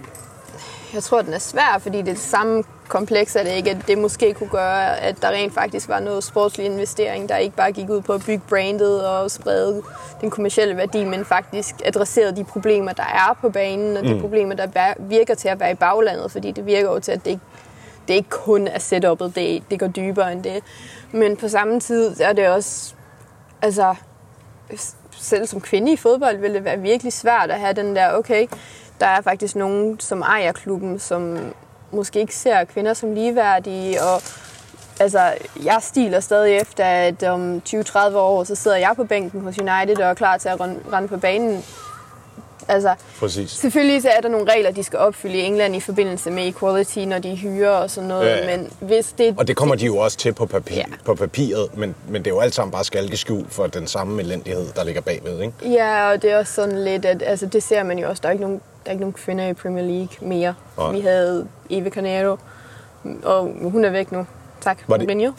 Jeg tror, den er svær, fordi det er det samme kompleks, at det ikke, at det måske kunne gøre, at der rent faktisk var noget sportslig investering, der ikke bare gik ud på at bygge brandet og sprede den kommercielle værdi, men faktisk adresserede de problemer, der er på banen, og de problemer, der virker til at være i baglandet, fordi det virker jo til, at det ikke kun er setup'et, det går dybere end det. Men på samme tid er det også, altså, selv som kvinde i fodbold vil det være virkelig svært at have den der, okay, der er faktisk nogen, som ejer klubben, som måske ikke ser kvinder som ligeværdige, og altså, jeg stiler stadig efter, at om 20-30 år, så sidder jeg på bænken hos United og er klar til at rende på banen. Altså, præcis. Selvfølgelig så er der nogle regler, de skal opfylde i England i forbindelse med equality, når de hyrer og sådan noget, men hvis det... Og det kommer de jo også til på papiret, men det er jo alt sammen bare skalkeskjul for den samme elendighed, der ligger bagved, ikke? Ja, og det er også sådan lidt, at altså, det ser man jo også, der er ikke nogen kvinder i Premier League mere. Vi havde Eva Carneiro, og hun er væk nu. Tak, Mourinho.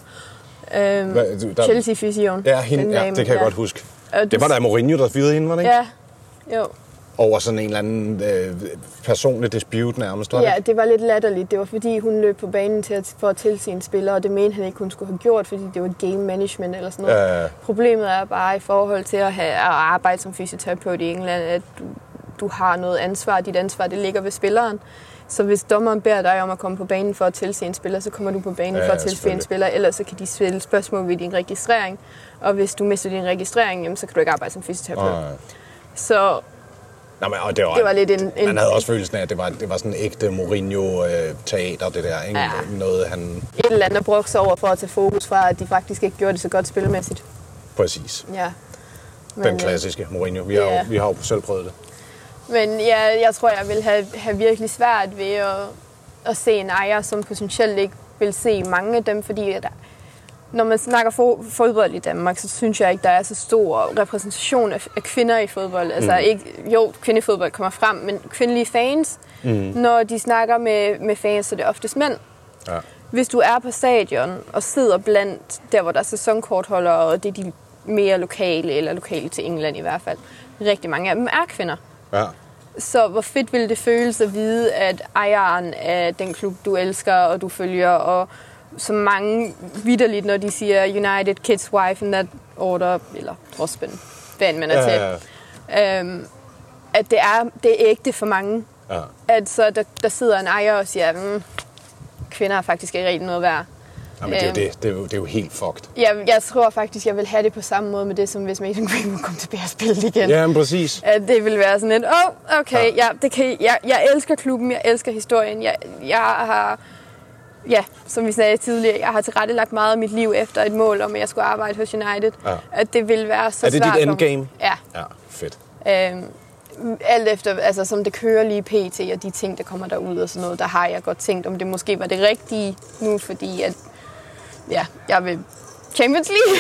Chelsea-fysioen. Ja, det kan jeg godt huske. Det var da Mourinho, der fyrede hende, var det ikke? Ja, jo. Over sådan en eller anden personlig dispute nærmest, var det? Ja, det var lidt latterligt. Det var fordi, hun løb på banen for at tilse en spiller, og det mente han ikke, hun skulle have gjort, fordi det var et game management eller sådan noget. Problemet er bare i forhold til at arbejde som fysioterapeut i England, at du har noget ansvar. Dit ansvar, det ligger ved spilleren. Så hvis dommeren beder dig om at komme på banen for at tilse en spiller, så kommer du på banen for at tilse en spiller, ellers så kan de stille spørgsmål ved din registrering. Og hvis du mister din registrering, jamen, så kan du ikke arbejde som fysioterapeut. Så det var lidt man havde også følelsen af, at det var sådan en ægte Mourinho-teater, det der, ikke? Ja. Noget han... Et eller andet brugte sig over for at tage fokus fra, at de faktisk ikke gjorde det så godt spillemæssigt. Præcis. Ja. Den klassiske Mourinho. Vi har jo selv prøvet det. Men jeg tror, jeg vil have virkelig svært ved at se en ejer, som potentielt ikke vil se mange af dem, fordi når man snakker fodbold i Danmark, så synes jeg ikke, der er så stor repræsentation af kvinder i fodbold. Altså ikke, jo, kvindefodbold kommer frem, men kvindelige fans, når de snakker med fans, så det er oftest mænd. Ja. Hvis du er på stadion og sidder blandt der, hvor der er sæsonkortholdere, og det er de mere lokale, eller lokale til England i hvert fald, rigtig mange af dem er kvinder. Ja. Så hvor fedt ville det føles at vide, at ejeren af den klub, du elsker og du følger, og så mange vitterligt, når de siger United, kids, wife, in that order, eller husband, hvad man er til. At det er ægte for mange. Ja. At så der sidder en ejer og siger, kvinder er faktisk ikke rigtig noget værd. Ja, men det er jo helt fucked. Jeg tror faktisk, jeg vil have det på samme måde med det, som hvis Mason Greenwood kom tilbage og spille igen. Ja, men præcis. At det vil være sådan et, okay, jeg elsker klubben, jeg elsker historien, jeg har... Ja, som vi sagde tidligere, jeg har tilrettelagt meget af mit liv efter et mål om, at jeg skulle arbejde hos United. Ja. At det ville være så svært. Er det dit endgame? Ja. Ja, fedt. Alt efter, altså som det kører lige pt. Og de ting, der kommer derud og sådan noget, der har jeg godt tænkt, om det måske var det rigtige nu, fordi at ja, jeg vil Champions League.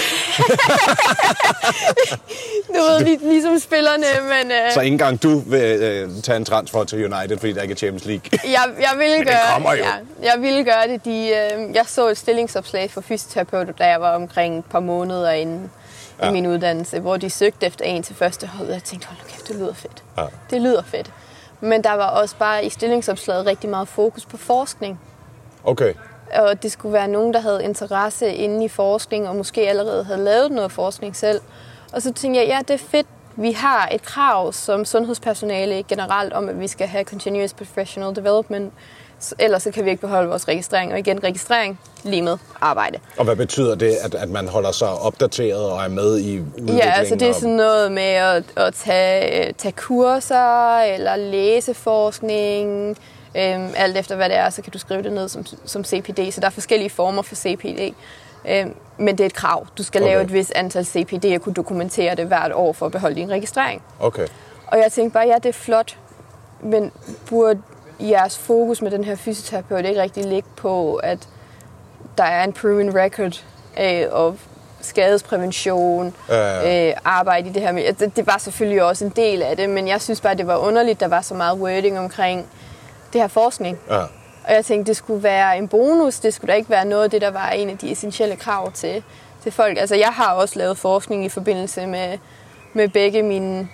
Du ved, ligesom spillerne, men... Så ikke engang du vil tage en transfer til United, fordi der ikke er Champions League? Jeg ville gøre, kommer jo. ja, jeg ville gøre det. Jeg så et stillingsopslag for fysioterapeut, da jeg var omkring et par måneder inde i min uddannelse, hvor de søgte efter en til første hold, og jeg tænkte, hold nu kæft, det lyder fedt. Ja. Det lyder fedt. Men der var også bare i stillingsopslaget rigtig meget fokus på forskning. Okay. Og det skulle være nogen, der havde interesse inde i forskning, og måske allerede havde lavet noget forskning selv. Og så tænkte jeg, ja, det er fedt. Vi har et krav som sundhedspersonale generelt om, at vi skal have continuous professional development. Ellers så kan vi ikke beholde vores registrering. Og igen, registrering lige med arbejde. Og hvad betyder det, at man holder sig opdateret og er med i udviklingen? Ja, altså det er sådan noget med at tage kurser eller læse forskning. Alt efter hvad det er, så kan du skrive det ned som CPD. Så der er forskellige former for CPD. Men det er et krav. Du skal lave et vis antal CPD og kunne dokumentere det hvert år for at beholde din registrering. Okay. Og jeg tænkte bare, ja, det er flot. Men burde jeres fokus med den her fysioterapeut ikke rigtig ligge på, at der er en proven record og skadesprævention, arbejde i det her med. Det var selvfølgelig også en del af det, men jeg synes bare, det var underligt, der var så meget wording omkring det her forskning. Ja. Og jeg tænkte, det skulle være en bonus, det skulle da ikke være noget af det, der var en af de essentielle krav til folk. Altså, jeg har også lavet forskning i forbindelse med begge mine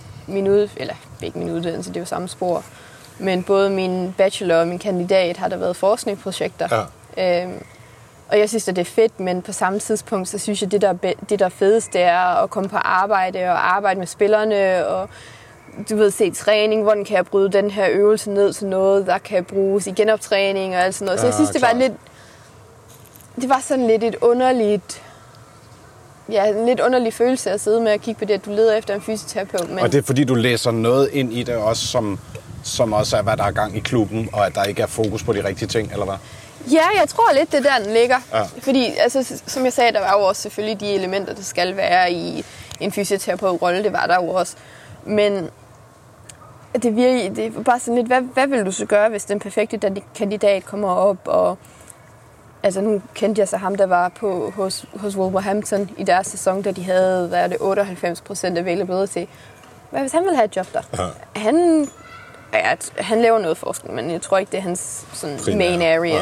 uddannelser, det er jo samme spor. Men både min bachelor og min kandidat har der været forskningsprojekter. Ja. Og jeg synes, at det er fedt, men på samme tidspunkt, så synes jeg, det der fedeste, det er at komme på arbejde og arbejde med spillerne og du ved, se træning, hvordan kan jeg bryde den her øvelse ned til noget, der kan bruges i genoptræning og alt sådan noget. Så jeg synes, det var sådan lidt et underligt, en lidt underlig følelse at sidde med og kigge på det, at du leder efter en fysioterapeut. Men... Og det er fordi, du læser noget ind i det også, som også er, hvad der er gang i klubben, og at der ikke er fokus på de rigtige ting, eller hvad? Ja, jeg tror lidt, det er der, den ligger. Ja. Fordi, altså, som jeg sagde, der var jo også selvfølgelig de elementer, der skal være i en fysioterapeut-rolle. Det var der jo også. Men det er bare sådan lidt, hvad vil du så gøre, hvis den perfekte kandidat kommer op? Og altså, nu kendte jeg så ham, der var hos Wolverhampton i deres sæson, da de havde 98% availability. Hvad hvis han ville have et job der? Ja. Han laver noget forskning, men jeg tror ikke, det er hans sådan, main area.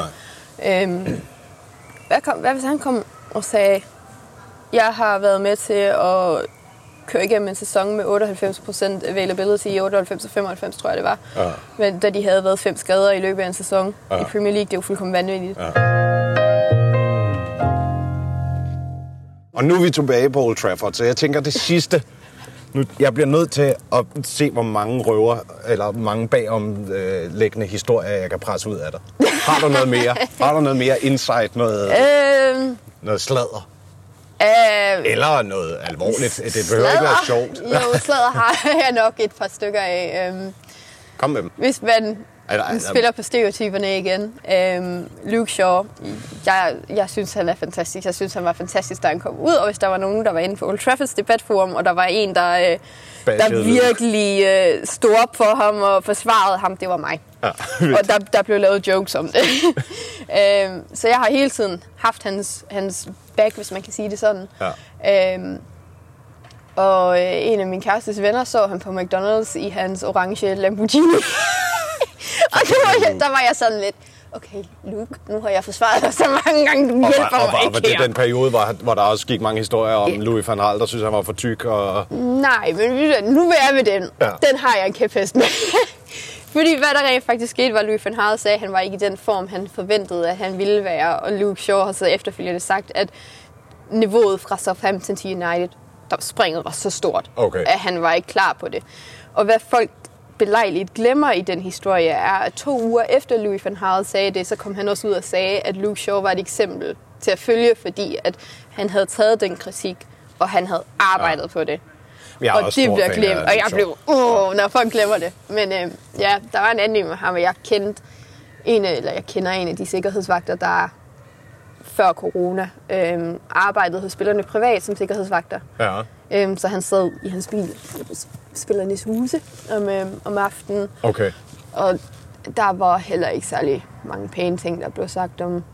Hvad hvis han kom og sagde, jeg har været med til at køre igennem en sæson med 98% availability i 98 og 95, tror jeg det var. Ja. Men da de havde været 5 skader i løbet af en sæson i Premier League, det er jo fuldkommen vanvittigt. Ja. Og nu er vi tilbage på Old Trafford, så jeg tænker det sidste. Jeg bliver nødt til at se, hvor mange røver, eller mange bagomliggende historier, jeg kan presse ud af dig. Har du noget mere? Har du noget mere insight? Noget sladder? Eller noget alvorligt? Det behøver ikke være sjovt. Jo, sladder har jeg nok et par stykker af. Kom med dem. Hvis man spiller på stereotyperne igen. Luke Shaw, jeg synes, han er fantastisk. Jeg synes, han var fantastisk, da han kom ud. Og hvis der var nogen, der var inde på Old Traffords debatforum, og der var en, der virkelig stod op for ham og forsvarede ham, det var mig. Ja, og der blev lavet jokes om det. Så jeg har hele tiden haft hans back, hvis man kan sige det sådan. Ja. Og en af min kærestes venner så han på McDonald's i hans orange Lamborghini. Og der var jeg sådan lidt, okay, Luke, nu har jeg forsvaret dig så mange gange, du hjælper mig ikke. Var det den periode, hvor der også gik mange historier om Louis van Gaal, der synes, han var for tyk? Og... Nej, men nu vil jeg med den. Ja. Den har jeg en kæphest med. Fordi hvad der rent faktisk skete, var, at Louis van Gaal sagde, at han var ikke i den form, han forventede, at han ville være. Og Luke Shaw har så efterfølgende sagt, at niveauet fra Southampton til United, der springet var så stort, at han var ikke klar på det. Og hvad folk belejligt glemmer i den historie, er, at 2 uger efter Louis van Gaal sagde det, så kom han også ud og sagde, at Luke Shaw var et eksempel til at følge, fordi at han havde taget den kritik, og han havde arbejdet på det. Og det bliver glemt, og jeg blev, når folk glemmer det. Men der var en anden med ham, og jeg kender en af de sikkerhedsvagter, der før corona arbejdede hos spillerne privat som sikkerhedsvagter. Ja. Så han sad i hans bil på spillernes huse om aftenen. Okay. Og der var heller ikke særlig mange pæne ting, der blev sagt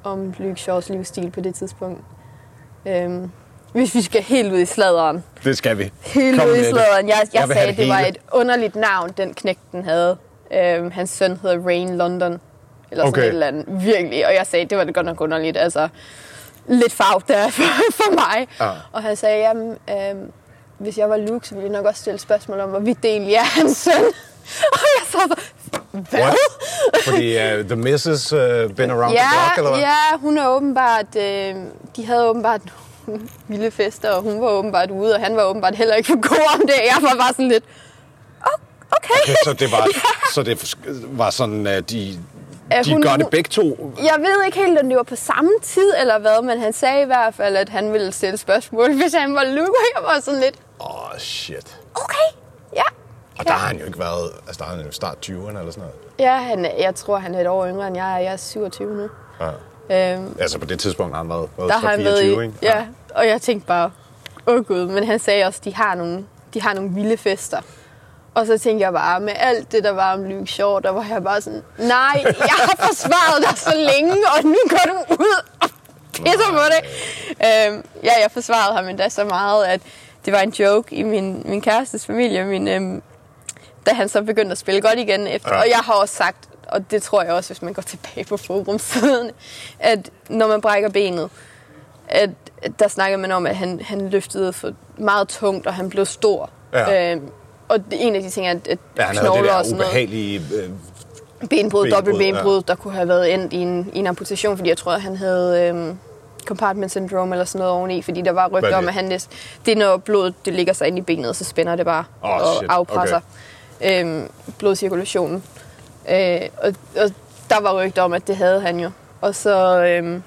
om Luke Shaws livsstil på det tidspunkt. Hvis vi skal helt ud i sladeren. Det skal vi. Helt ud i sladeren. Jeg sagde, at det var et underligt navn, den knægt, den havde. Hans søn hedder Rain London. Eller sådan et eller andet. Virkelig. Og jeg sagde, det var det godt nok underligt. Altså, lidt farvet der for mig. Ja. Og han sagde, jamen, hvis jeg var Luke, så ville jeg nok også stille spørgsmål om, hvorvidt det egentlig er hans søn. Og jeg så hvad? What? Fordi the missus been around the block, eller hvad? Ja, hun er åbenbart... de havde åbenbart vilde fester, og hun var åbenbart ude, og han var åbenbart heller ikke for god om det. Jeg var bare sådan lidt... Okay. Så det var sådan, at de gør det begge to? Jeg ved ikke helt, om det var på samme tid eller hvad, men han sagde i hvert fald, at han ville stille spørgsmål, hvis han var Luke, og jeg var sådan lidt... Shit. Okay, ja. Og der har han jo ikke været... Altså, der er han jo start 20'erne eller sådan noget. Ja, jeg tror, han er et år yngre end jeg er. Jeg er 27 nu. Ja. Altså, på det tidspunkt har han været der har han 24, ikke? Ja, og jeg tænkte bare, gud, men han sagde også, at de har nogle vilde fester. Og så tænkte jeg bare, med alt det, der var om Luke Shaw, der var jeg bare sådan, nej, jeg har forsvaret dig så længe, og nu går du ud og pisser på det. Jeg forsvarede ham endda så meget, at det var en joke i min kærestes familie, da han så begyndte at spille godt igen efter. Ja. Og jeg har også sagt, og det tror jeg også, hvis man går tilbage på forumsiden, at når man brækker benet, at der snakker man om, at han løftede for meget tungt, og han blev stor. Ja. Og en af de ting er, at knogler og sådan noget. Ubehagelige benbrud, dobbeltbenbrud, der kunne have været endt i en amputation, fordi jeg tror, at han havde compartment syndrome eller sådan noget oveni, fordi der var rygter om, at det er når blodet det ligger sig ind i benet, så spænder det bare og afpresser blodcirkulationen. Og der var rygter om, at det havde han jo. Og så,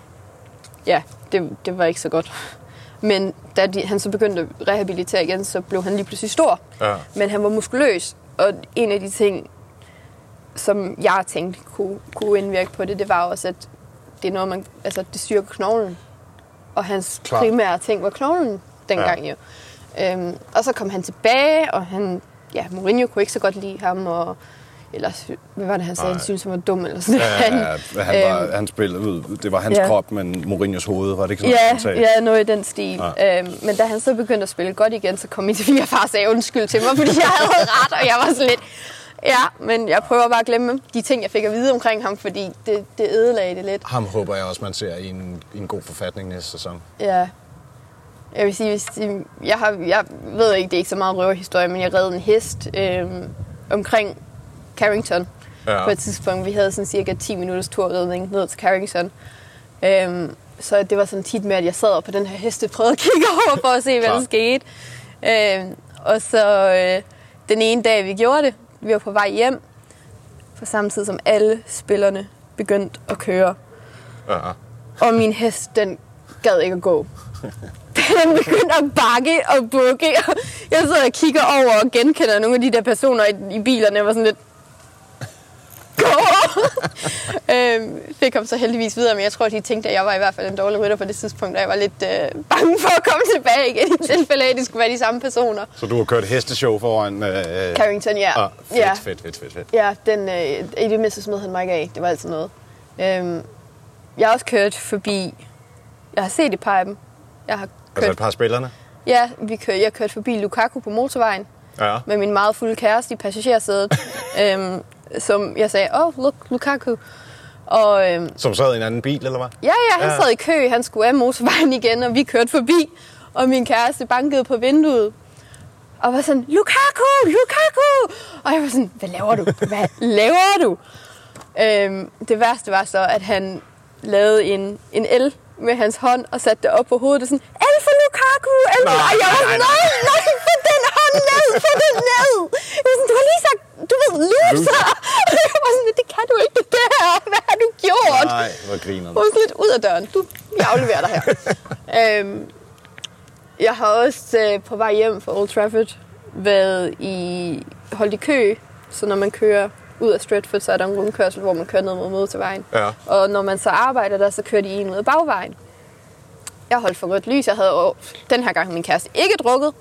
det var ikke så godt. Men da han så begyndte at rehabilitere igen, så blev han lige pludselig stor. Ja. Men han var muskuløs, og en af de ting, som jeg tænkte kunne indvirke på det var også, at det er noget, det styrker knoglen. Og hans primære ting var knoglen dengang jo. Og så kom han tilbage, og Mourinho kunne ikke så godt lide ham, og ellers, hvad var det, han sagde? Han syntes, han var dum, eller sådan han spillede ud. Det var hans krop, men Mourinhos hoved, var det ikke sådan, han sagde? Ja, noget i den stil. Ja. Men da han så begyndte at spille godt igen, så kom min svigerfar og sagde undskyld til mig, fordi jeg havde ret, og jeg var sådan lidt... Ja, men jeg prøver bare at glemme de ting, jeg fik at vide omkring ham, fordi det ødelagde det lidt. Ham håber jeg også, man ser i en god forfatning næste sæson. Ja. Jeg vil sige, jeg ved ikke, det er ikke så meget røverhistorie, men jeg redde en hest omkring Carrington på et tidspunkt. Vi havde sådan cirka 10 minutters turridning ned til Carrington. Så det var sådan tit med, at jeg sad på den her heste og prøvede at kigge over for at se, hvad der skete. Og så den ene dag, vi gjorde det, vi var på vej hjem, for samme tid som alle spillerne begyndte at køre. Og min hest, den gad ikke at gå. Den begyndte at bakke og bukke. Jeg sidder og kigger over og genkender nogle af de der personer i bilerne, og var sådan lidt... Fik ham så heldigvis videre, men jeg tror, at de tænkte, at jeg var i hvert fald en dårlig rytter på det tidspunkt, og jeg var lidt bange for at komme tilbage igen, i tilfælde af, at det skulle være de samme personer. Så du har kørt hesteshow foran... Carrington, ja. Fedt. Ja, i det mindste smed han mig ikke af. Det var altid noget. Jeg har også kørt forbi... Jeg har set et par af dem. Altså et par af spillerne? Ja, jeg kørte forbi Lukaku på motorvejen med min meget fulde kæreste i passagersædet. Som jeg sagde, look, Lukaku. Og, som sad i en anden bil, eller hvad? Ja, han sad i kø. Han skulle af motorvejen igen, og vi kørte forbi. Og min kæreste bankede på vinduet. Og var sådan, Lukaku! Og jeg var sådan, hvad laver du? Det værste var så, at han lavede en L med hans hånd og satte det op på hovedet. Og sådan, L for Lukaku! Og jeg var sådan, nej, få den hånd ned! Jeg var sådan, du har lige sagt, du ved, loser! Og jeg var sådan, det kan du ikke, det der! Hvad har du gjort? Nej, hvor griner du? Jeg var sådan lidt ud af døren. Jeg afleverer dig her. Jeg har også på vej hjem fra Old Trafford holdt i kø. Så når man kører ud af Stratford, så er der en rundkørsel, hvor man kører ned mod motorvejen. Ja. Og når man så arbejder der, så kører de en ud af bagvejen. Jeg holdt for rødt lys. Jeg havde den her gang min kæreste ikke drukket.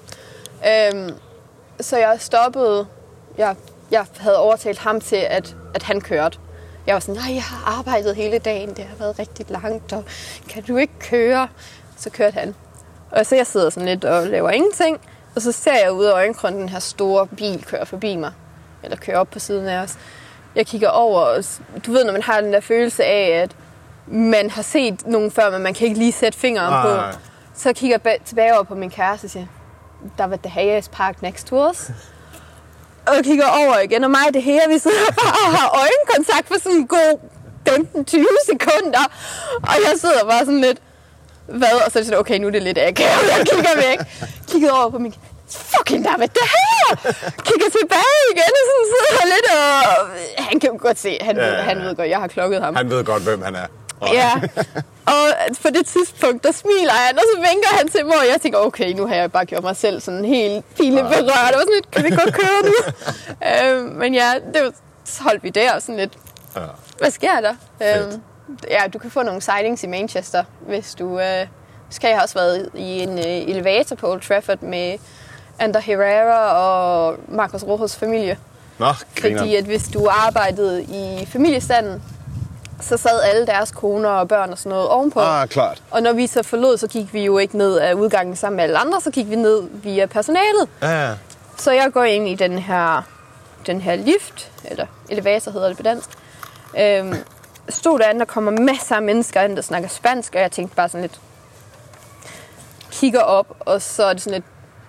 Så jeg stoppede. Jeg havde overtalt ham til, at han kørte. Jeg var sådan, nej, jeg har arbejdet hele dagen, det har været rigtig langt, og kan du ikke køre? Så kørte han. Og så jeg sidder sådan lidt og laver ingenting, og så ser jeg ud af øjenkrogen, den her store bil kører forbi mig, eller kører op på siden af os. Jeg kigger over, og du ved, når man har den der følelse af, at man har set nogen før, men man kan ikke lige sætte fingeren på. Så kigger jeg tilbage over på min kæreste og siger, der var The Hayes Park next to us. Og jeg kigger over igen, og mig og det her, vi sidder bare og har øjenkontakt for sådan en god 15-20 sekunder. Og jeg sidder bare sådan lidt, hvad? Og så er det sådan, okay, nu er det lidt akavet. Jeg kigger væk. Kigger over på min fucking der med det her! Kigger tilbage igen og sådan sidder lidt og... Han kan jo godt se, han ved godt, jeg har klokket ham. Han ved godt, hvem han er. Ja, og på det tidspunkt, der smiler han, og så vinker han til mig, og jeg tænker, okay, nu har jeg bare gjort mig selv sådan helt pileberørt. Det var sådan lidt, kan vi godt køre nu? Men ja, så holdt vi der sådan lidt. Hvad sker der? Ja, du kan få nogle sightings i Manchester, hvis du... skal jeg har også været i en elevator på Old Trafford med Ander Herrera og Marcos Rojos familie. Nå, griner. Fordi at hvis du arbejdede i familiestanden, så sad alle deres koner og børn og sådan noget ovenpå. Klart. Og når vi så forlod, så gik vi jo ikke ned af udgangen sammen med alle andre, så gik vi ned via personalet. Ja. Så jeg går ind i den her lift, eller elevator hedder det på dansk. Stod der kommer masser af mennesker ind, der snakker spansk, og jeg tænkte bare sådan lidt, kigger op, og så er det sådan lidt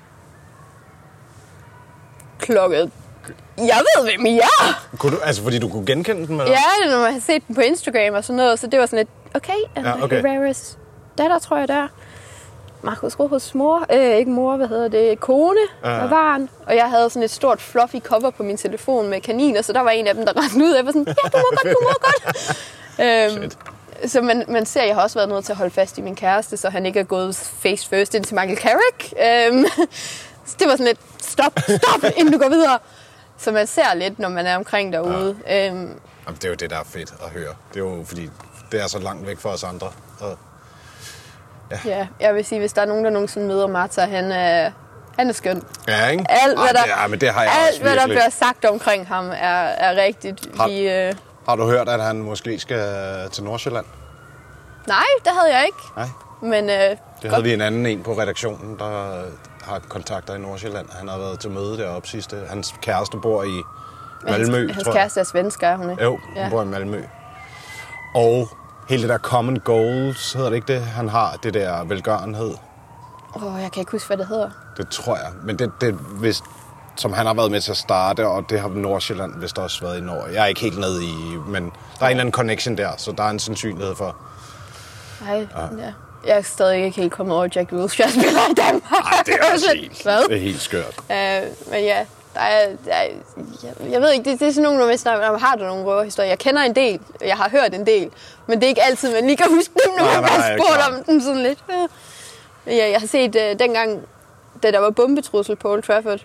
klokket. Jeg ved, hvem I er! Kunne du, altså, fordi du kunne genkende den? Eller? Ja, det når man har set den på Instagram og sådan noget, så det var sådan lidt, okay. Herreras datter, tror jeg, der. Marcos Rojos mor, ikke mor, kone og barn. Og jeg havde sådan et stort fluffy cover på min telefon med kaniner, så der var en af dem, der rendte ud. Jeg var sådan, ja, du må godt. Så man ser, at jeg har også været nødt til at holde fast i min kæreste, så han ikke er gået face first ind til Michael Carrick. Så det var sådan lidt, stop, inden du går videre. Så man ser lidt, når man er omkring derude. Jamen, det er jo det, der er fedt at høre. Det er jo, fordi det er så langt væk fra os andre. Og ja, jeg vil sige, hvis der er nogen, der nogensinde møder Martha, han er skøn. Ja, ikke? Alt, det har jeg alt også hvad der bliver sagt omkring ham, er rigtigt. Har du hørt, at han måske skal til Nordsjælland? Nej, det havde jeg ikke. Nej. Men, det havde vi en anden på redaktionen, der har kontakter i Nordsjælland. Han har været til møde deroppe sidste. Hans kæreste bor i Malmø, Hans kæreste er svensker, er hun ikke? Jo, hun bor i Malmø. Og hele det der common goals, hedder det ikke det? Han har det der velgørenhed. Jeg kan ikke huske, hvad det hedder. Det tror jeg. Men det vist, som han har været med til at starte, og det har Nordsjælland vist også været i Norge. Jeg er ikke helt nede i, men der er en eller anden connection der, så der er en sandsynlighed for. Nej, ja. Jeg er stadig ikke helt kommet over Jack Wilshere spiller i Danmark. Nej, det er også helt, det er helt skørt. Men ja, jeg ved ikke, det er sådan nogle, når man snakker om, har du nogle røverhistorier? Jeg kender en del, jeg har hørt en del, men det er ikke altid, man lige kan huske dem, når man bare spurgt om dem sådan lidt. Ja, jeg har set dengang, da der var bombetrussel på Old Trafford,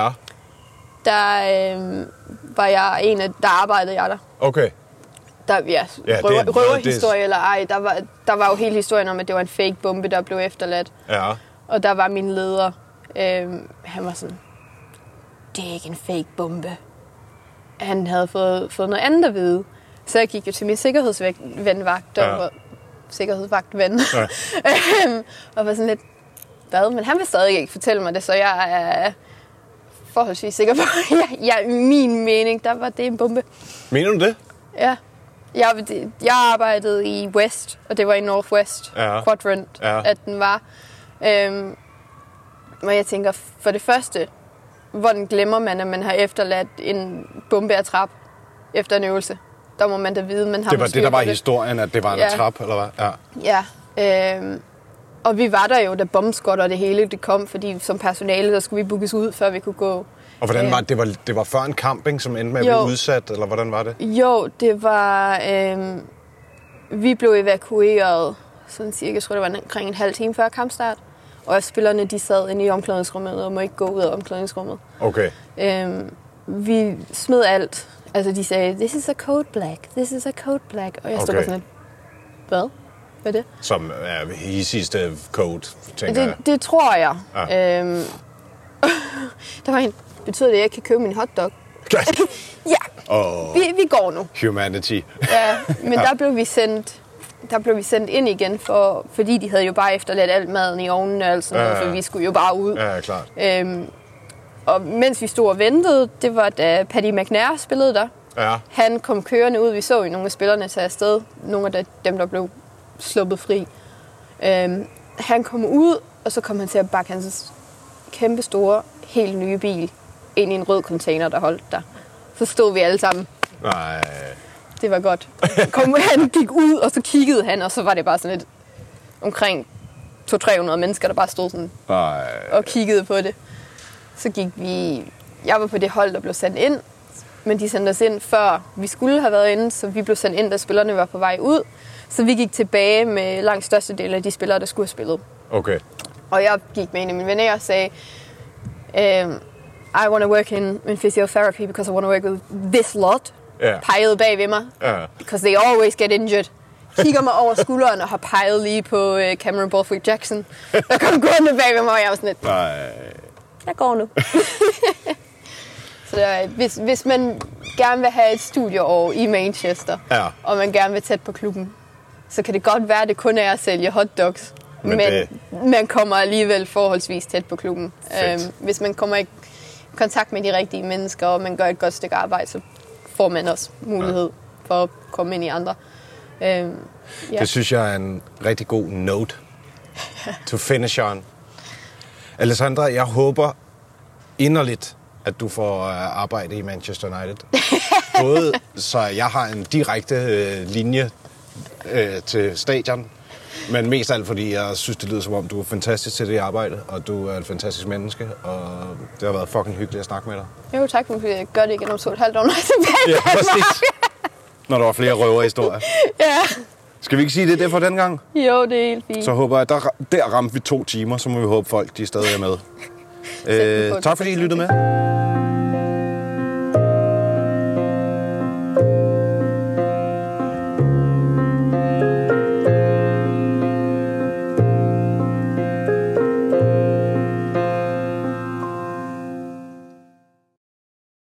der var jeg en af, der arbejdede jeg der. Okay. Røverhistorie eller ej, der var jo hele historien om, at det var en fake bombe, der blev efterladt. Ja. Og der var min leder, han var sådan, det er ikke en fake bombe. Han havde fået noget andet at vide. Så jeg gik jo til min sikkerhedsvendvagt, sikkerhedsvagtven, og var sådan lidt, hvad? Men han vil stadig ikke fortælle mig det, så jeg er forholdsvis sikker på, at min mening, der var det en bombe. Mener du det? Ja. Jeg arbejdede i West, og det var i Northwest Quadrant, at den var. Og jeg tænker, for det første, hvordan glemmer man, at man har efterladt en bombeatrap efter en øvelse? Der må man da vide, man har det var det, der var i historien, at det var en trap, eller hvad? Ja. Og vi var der jo, da bombeskot og det hele det kom, fordi som personale, der skulle vi bookes ud, før vi kunne gå. Og hvordan var det? Var før en camping, som endte med at blive udsat, eller hvordan var det? Jo, det var... vi blev evakueret sådan cirka, jeg tror det var omkring en halv time før kampstart. Og spillerne, de sad inde i omklædningsrummet og må ikke gå ud af omklædningsrummet. Okay. Vi smed alt. Altså, de sagde, this is a code black, this is a code black. Og jeg stod sådan lidt, hvad? Hvad er det? Som er i sidste code, tænker jeg. Det tror jeg. Ja. Der var en, betyder det, at jeg ikke kan købe min hotdog? Ja, vi går nu. Humanity. Ja, men der blev vi sendt ind igen, fordi de havde jo bare efterladt alt maden i ovnen og alt sådan noget, for vi skulle jo bare ud. Ja, klart. Og mens vi stod og ventede, det var da Paddy McNair spillede der. Ja. Han kom kørende ud, vi så jo nogle af spillerne tage afsted, nogle af dem, der blev sluppet fri. Han kom ud, og så kom han til at bakke hans kæmpe store, helt nye bil ind i en rød container, der holdt der. Så stod vi alle sammen. Nej. Det var godt. Han gik ud, og så kiggede han, og så var det bare sådan lidt omkring 200-300 mennesker, der bare stod sådan og kiggede på det. Så gik vi... Jeg var på det hold, der blev sendt ind, men de sendte os ind, før vi skulle have været inde, så vi blev sendt ind, da spillerne var på vej ud. Så vi gik tilbage med langt størstedelen af de spillere, der skulle have spillet. Okay. Og jeg gik med en af mine venner og sagde, I want to work in physiotherapy because I want to work with this lot. Yeah. Pegede bag ved mig, because they always get injured. Kigger mig over skulderen og har peget lige på Cameron Borthwick Jackson. Der kom gående bag ved mig, og jeg var sådan lidt, jeg går nu. Så hvis man gerne vil have et studieår i Manchester, og man gerne vil tæt på klubben, så kan det godt være, at det kun er at sælge hotdogs. Men man kommer alligevel forholdsvis tæt på klubben. Hvis man kommer i kontakt med de rigtige mennesker, og man gør et godt stykke arbejde, så får man også mulighed for at komme ind i andre. Det synes jeg er en rigtig god note to finish on. Alessandra, jeg håber inderligt, at du får arbejde i Manchester United. Både så jeg har en direkte linje til stadion, men mest alt fordi jeg synes, det lyder som om, du er fantastisk til det arbejde, og du er et fantastisk menneske, og det har været fucking hyggeligt at snakke med dig. Jo, tak, fordi jeg gør det igen om 2,5 år, når jeg er tilbage. Ja, præcis. Når der var flere røverhistorier. Ja. Skal vi ikke sige det for den gang? Jo, det er helt fint. Så håber jeg, der ramte vi 2 timer, så må vi håbe folk, de stadig er med. Tak fordi I lyttede med.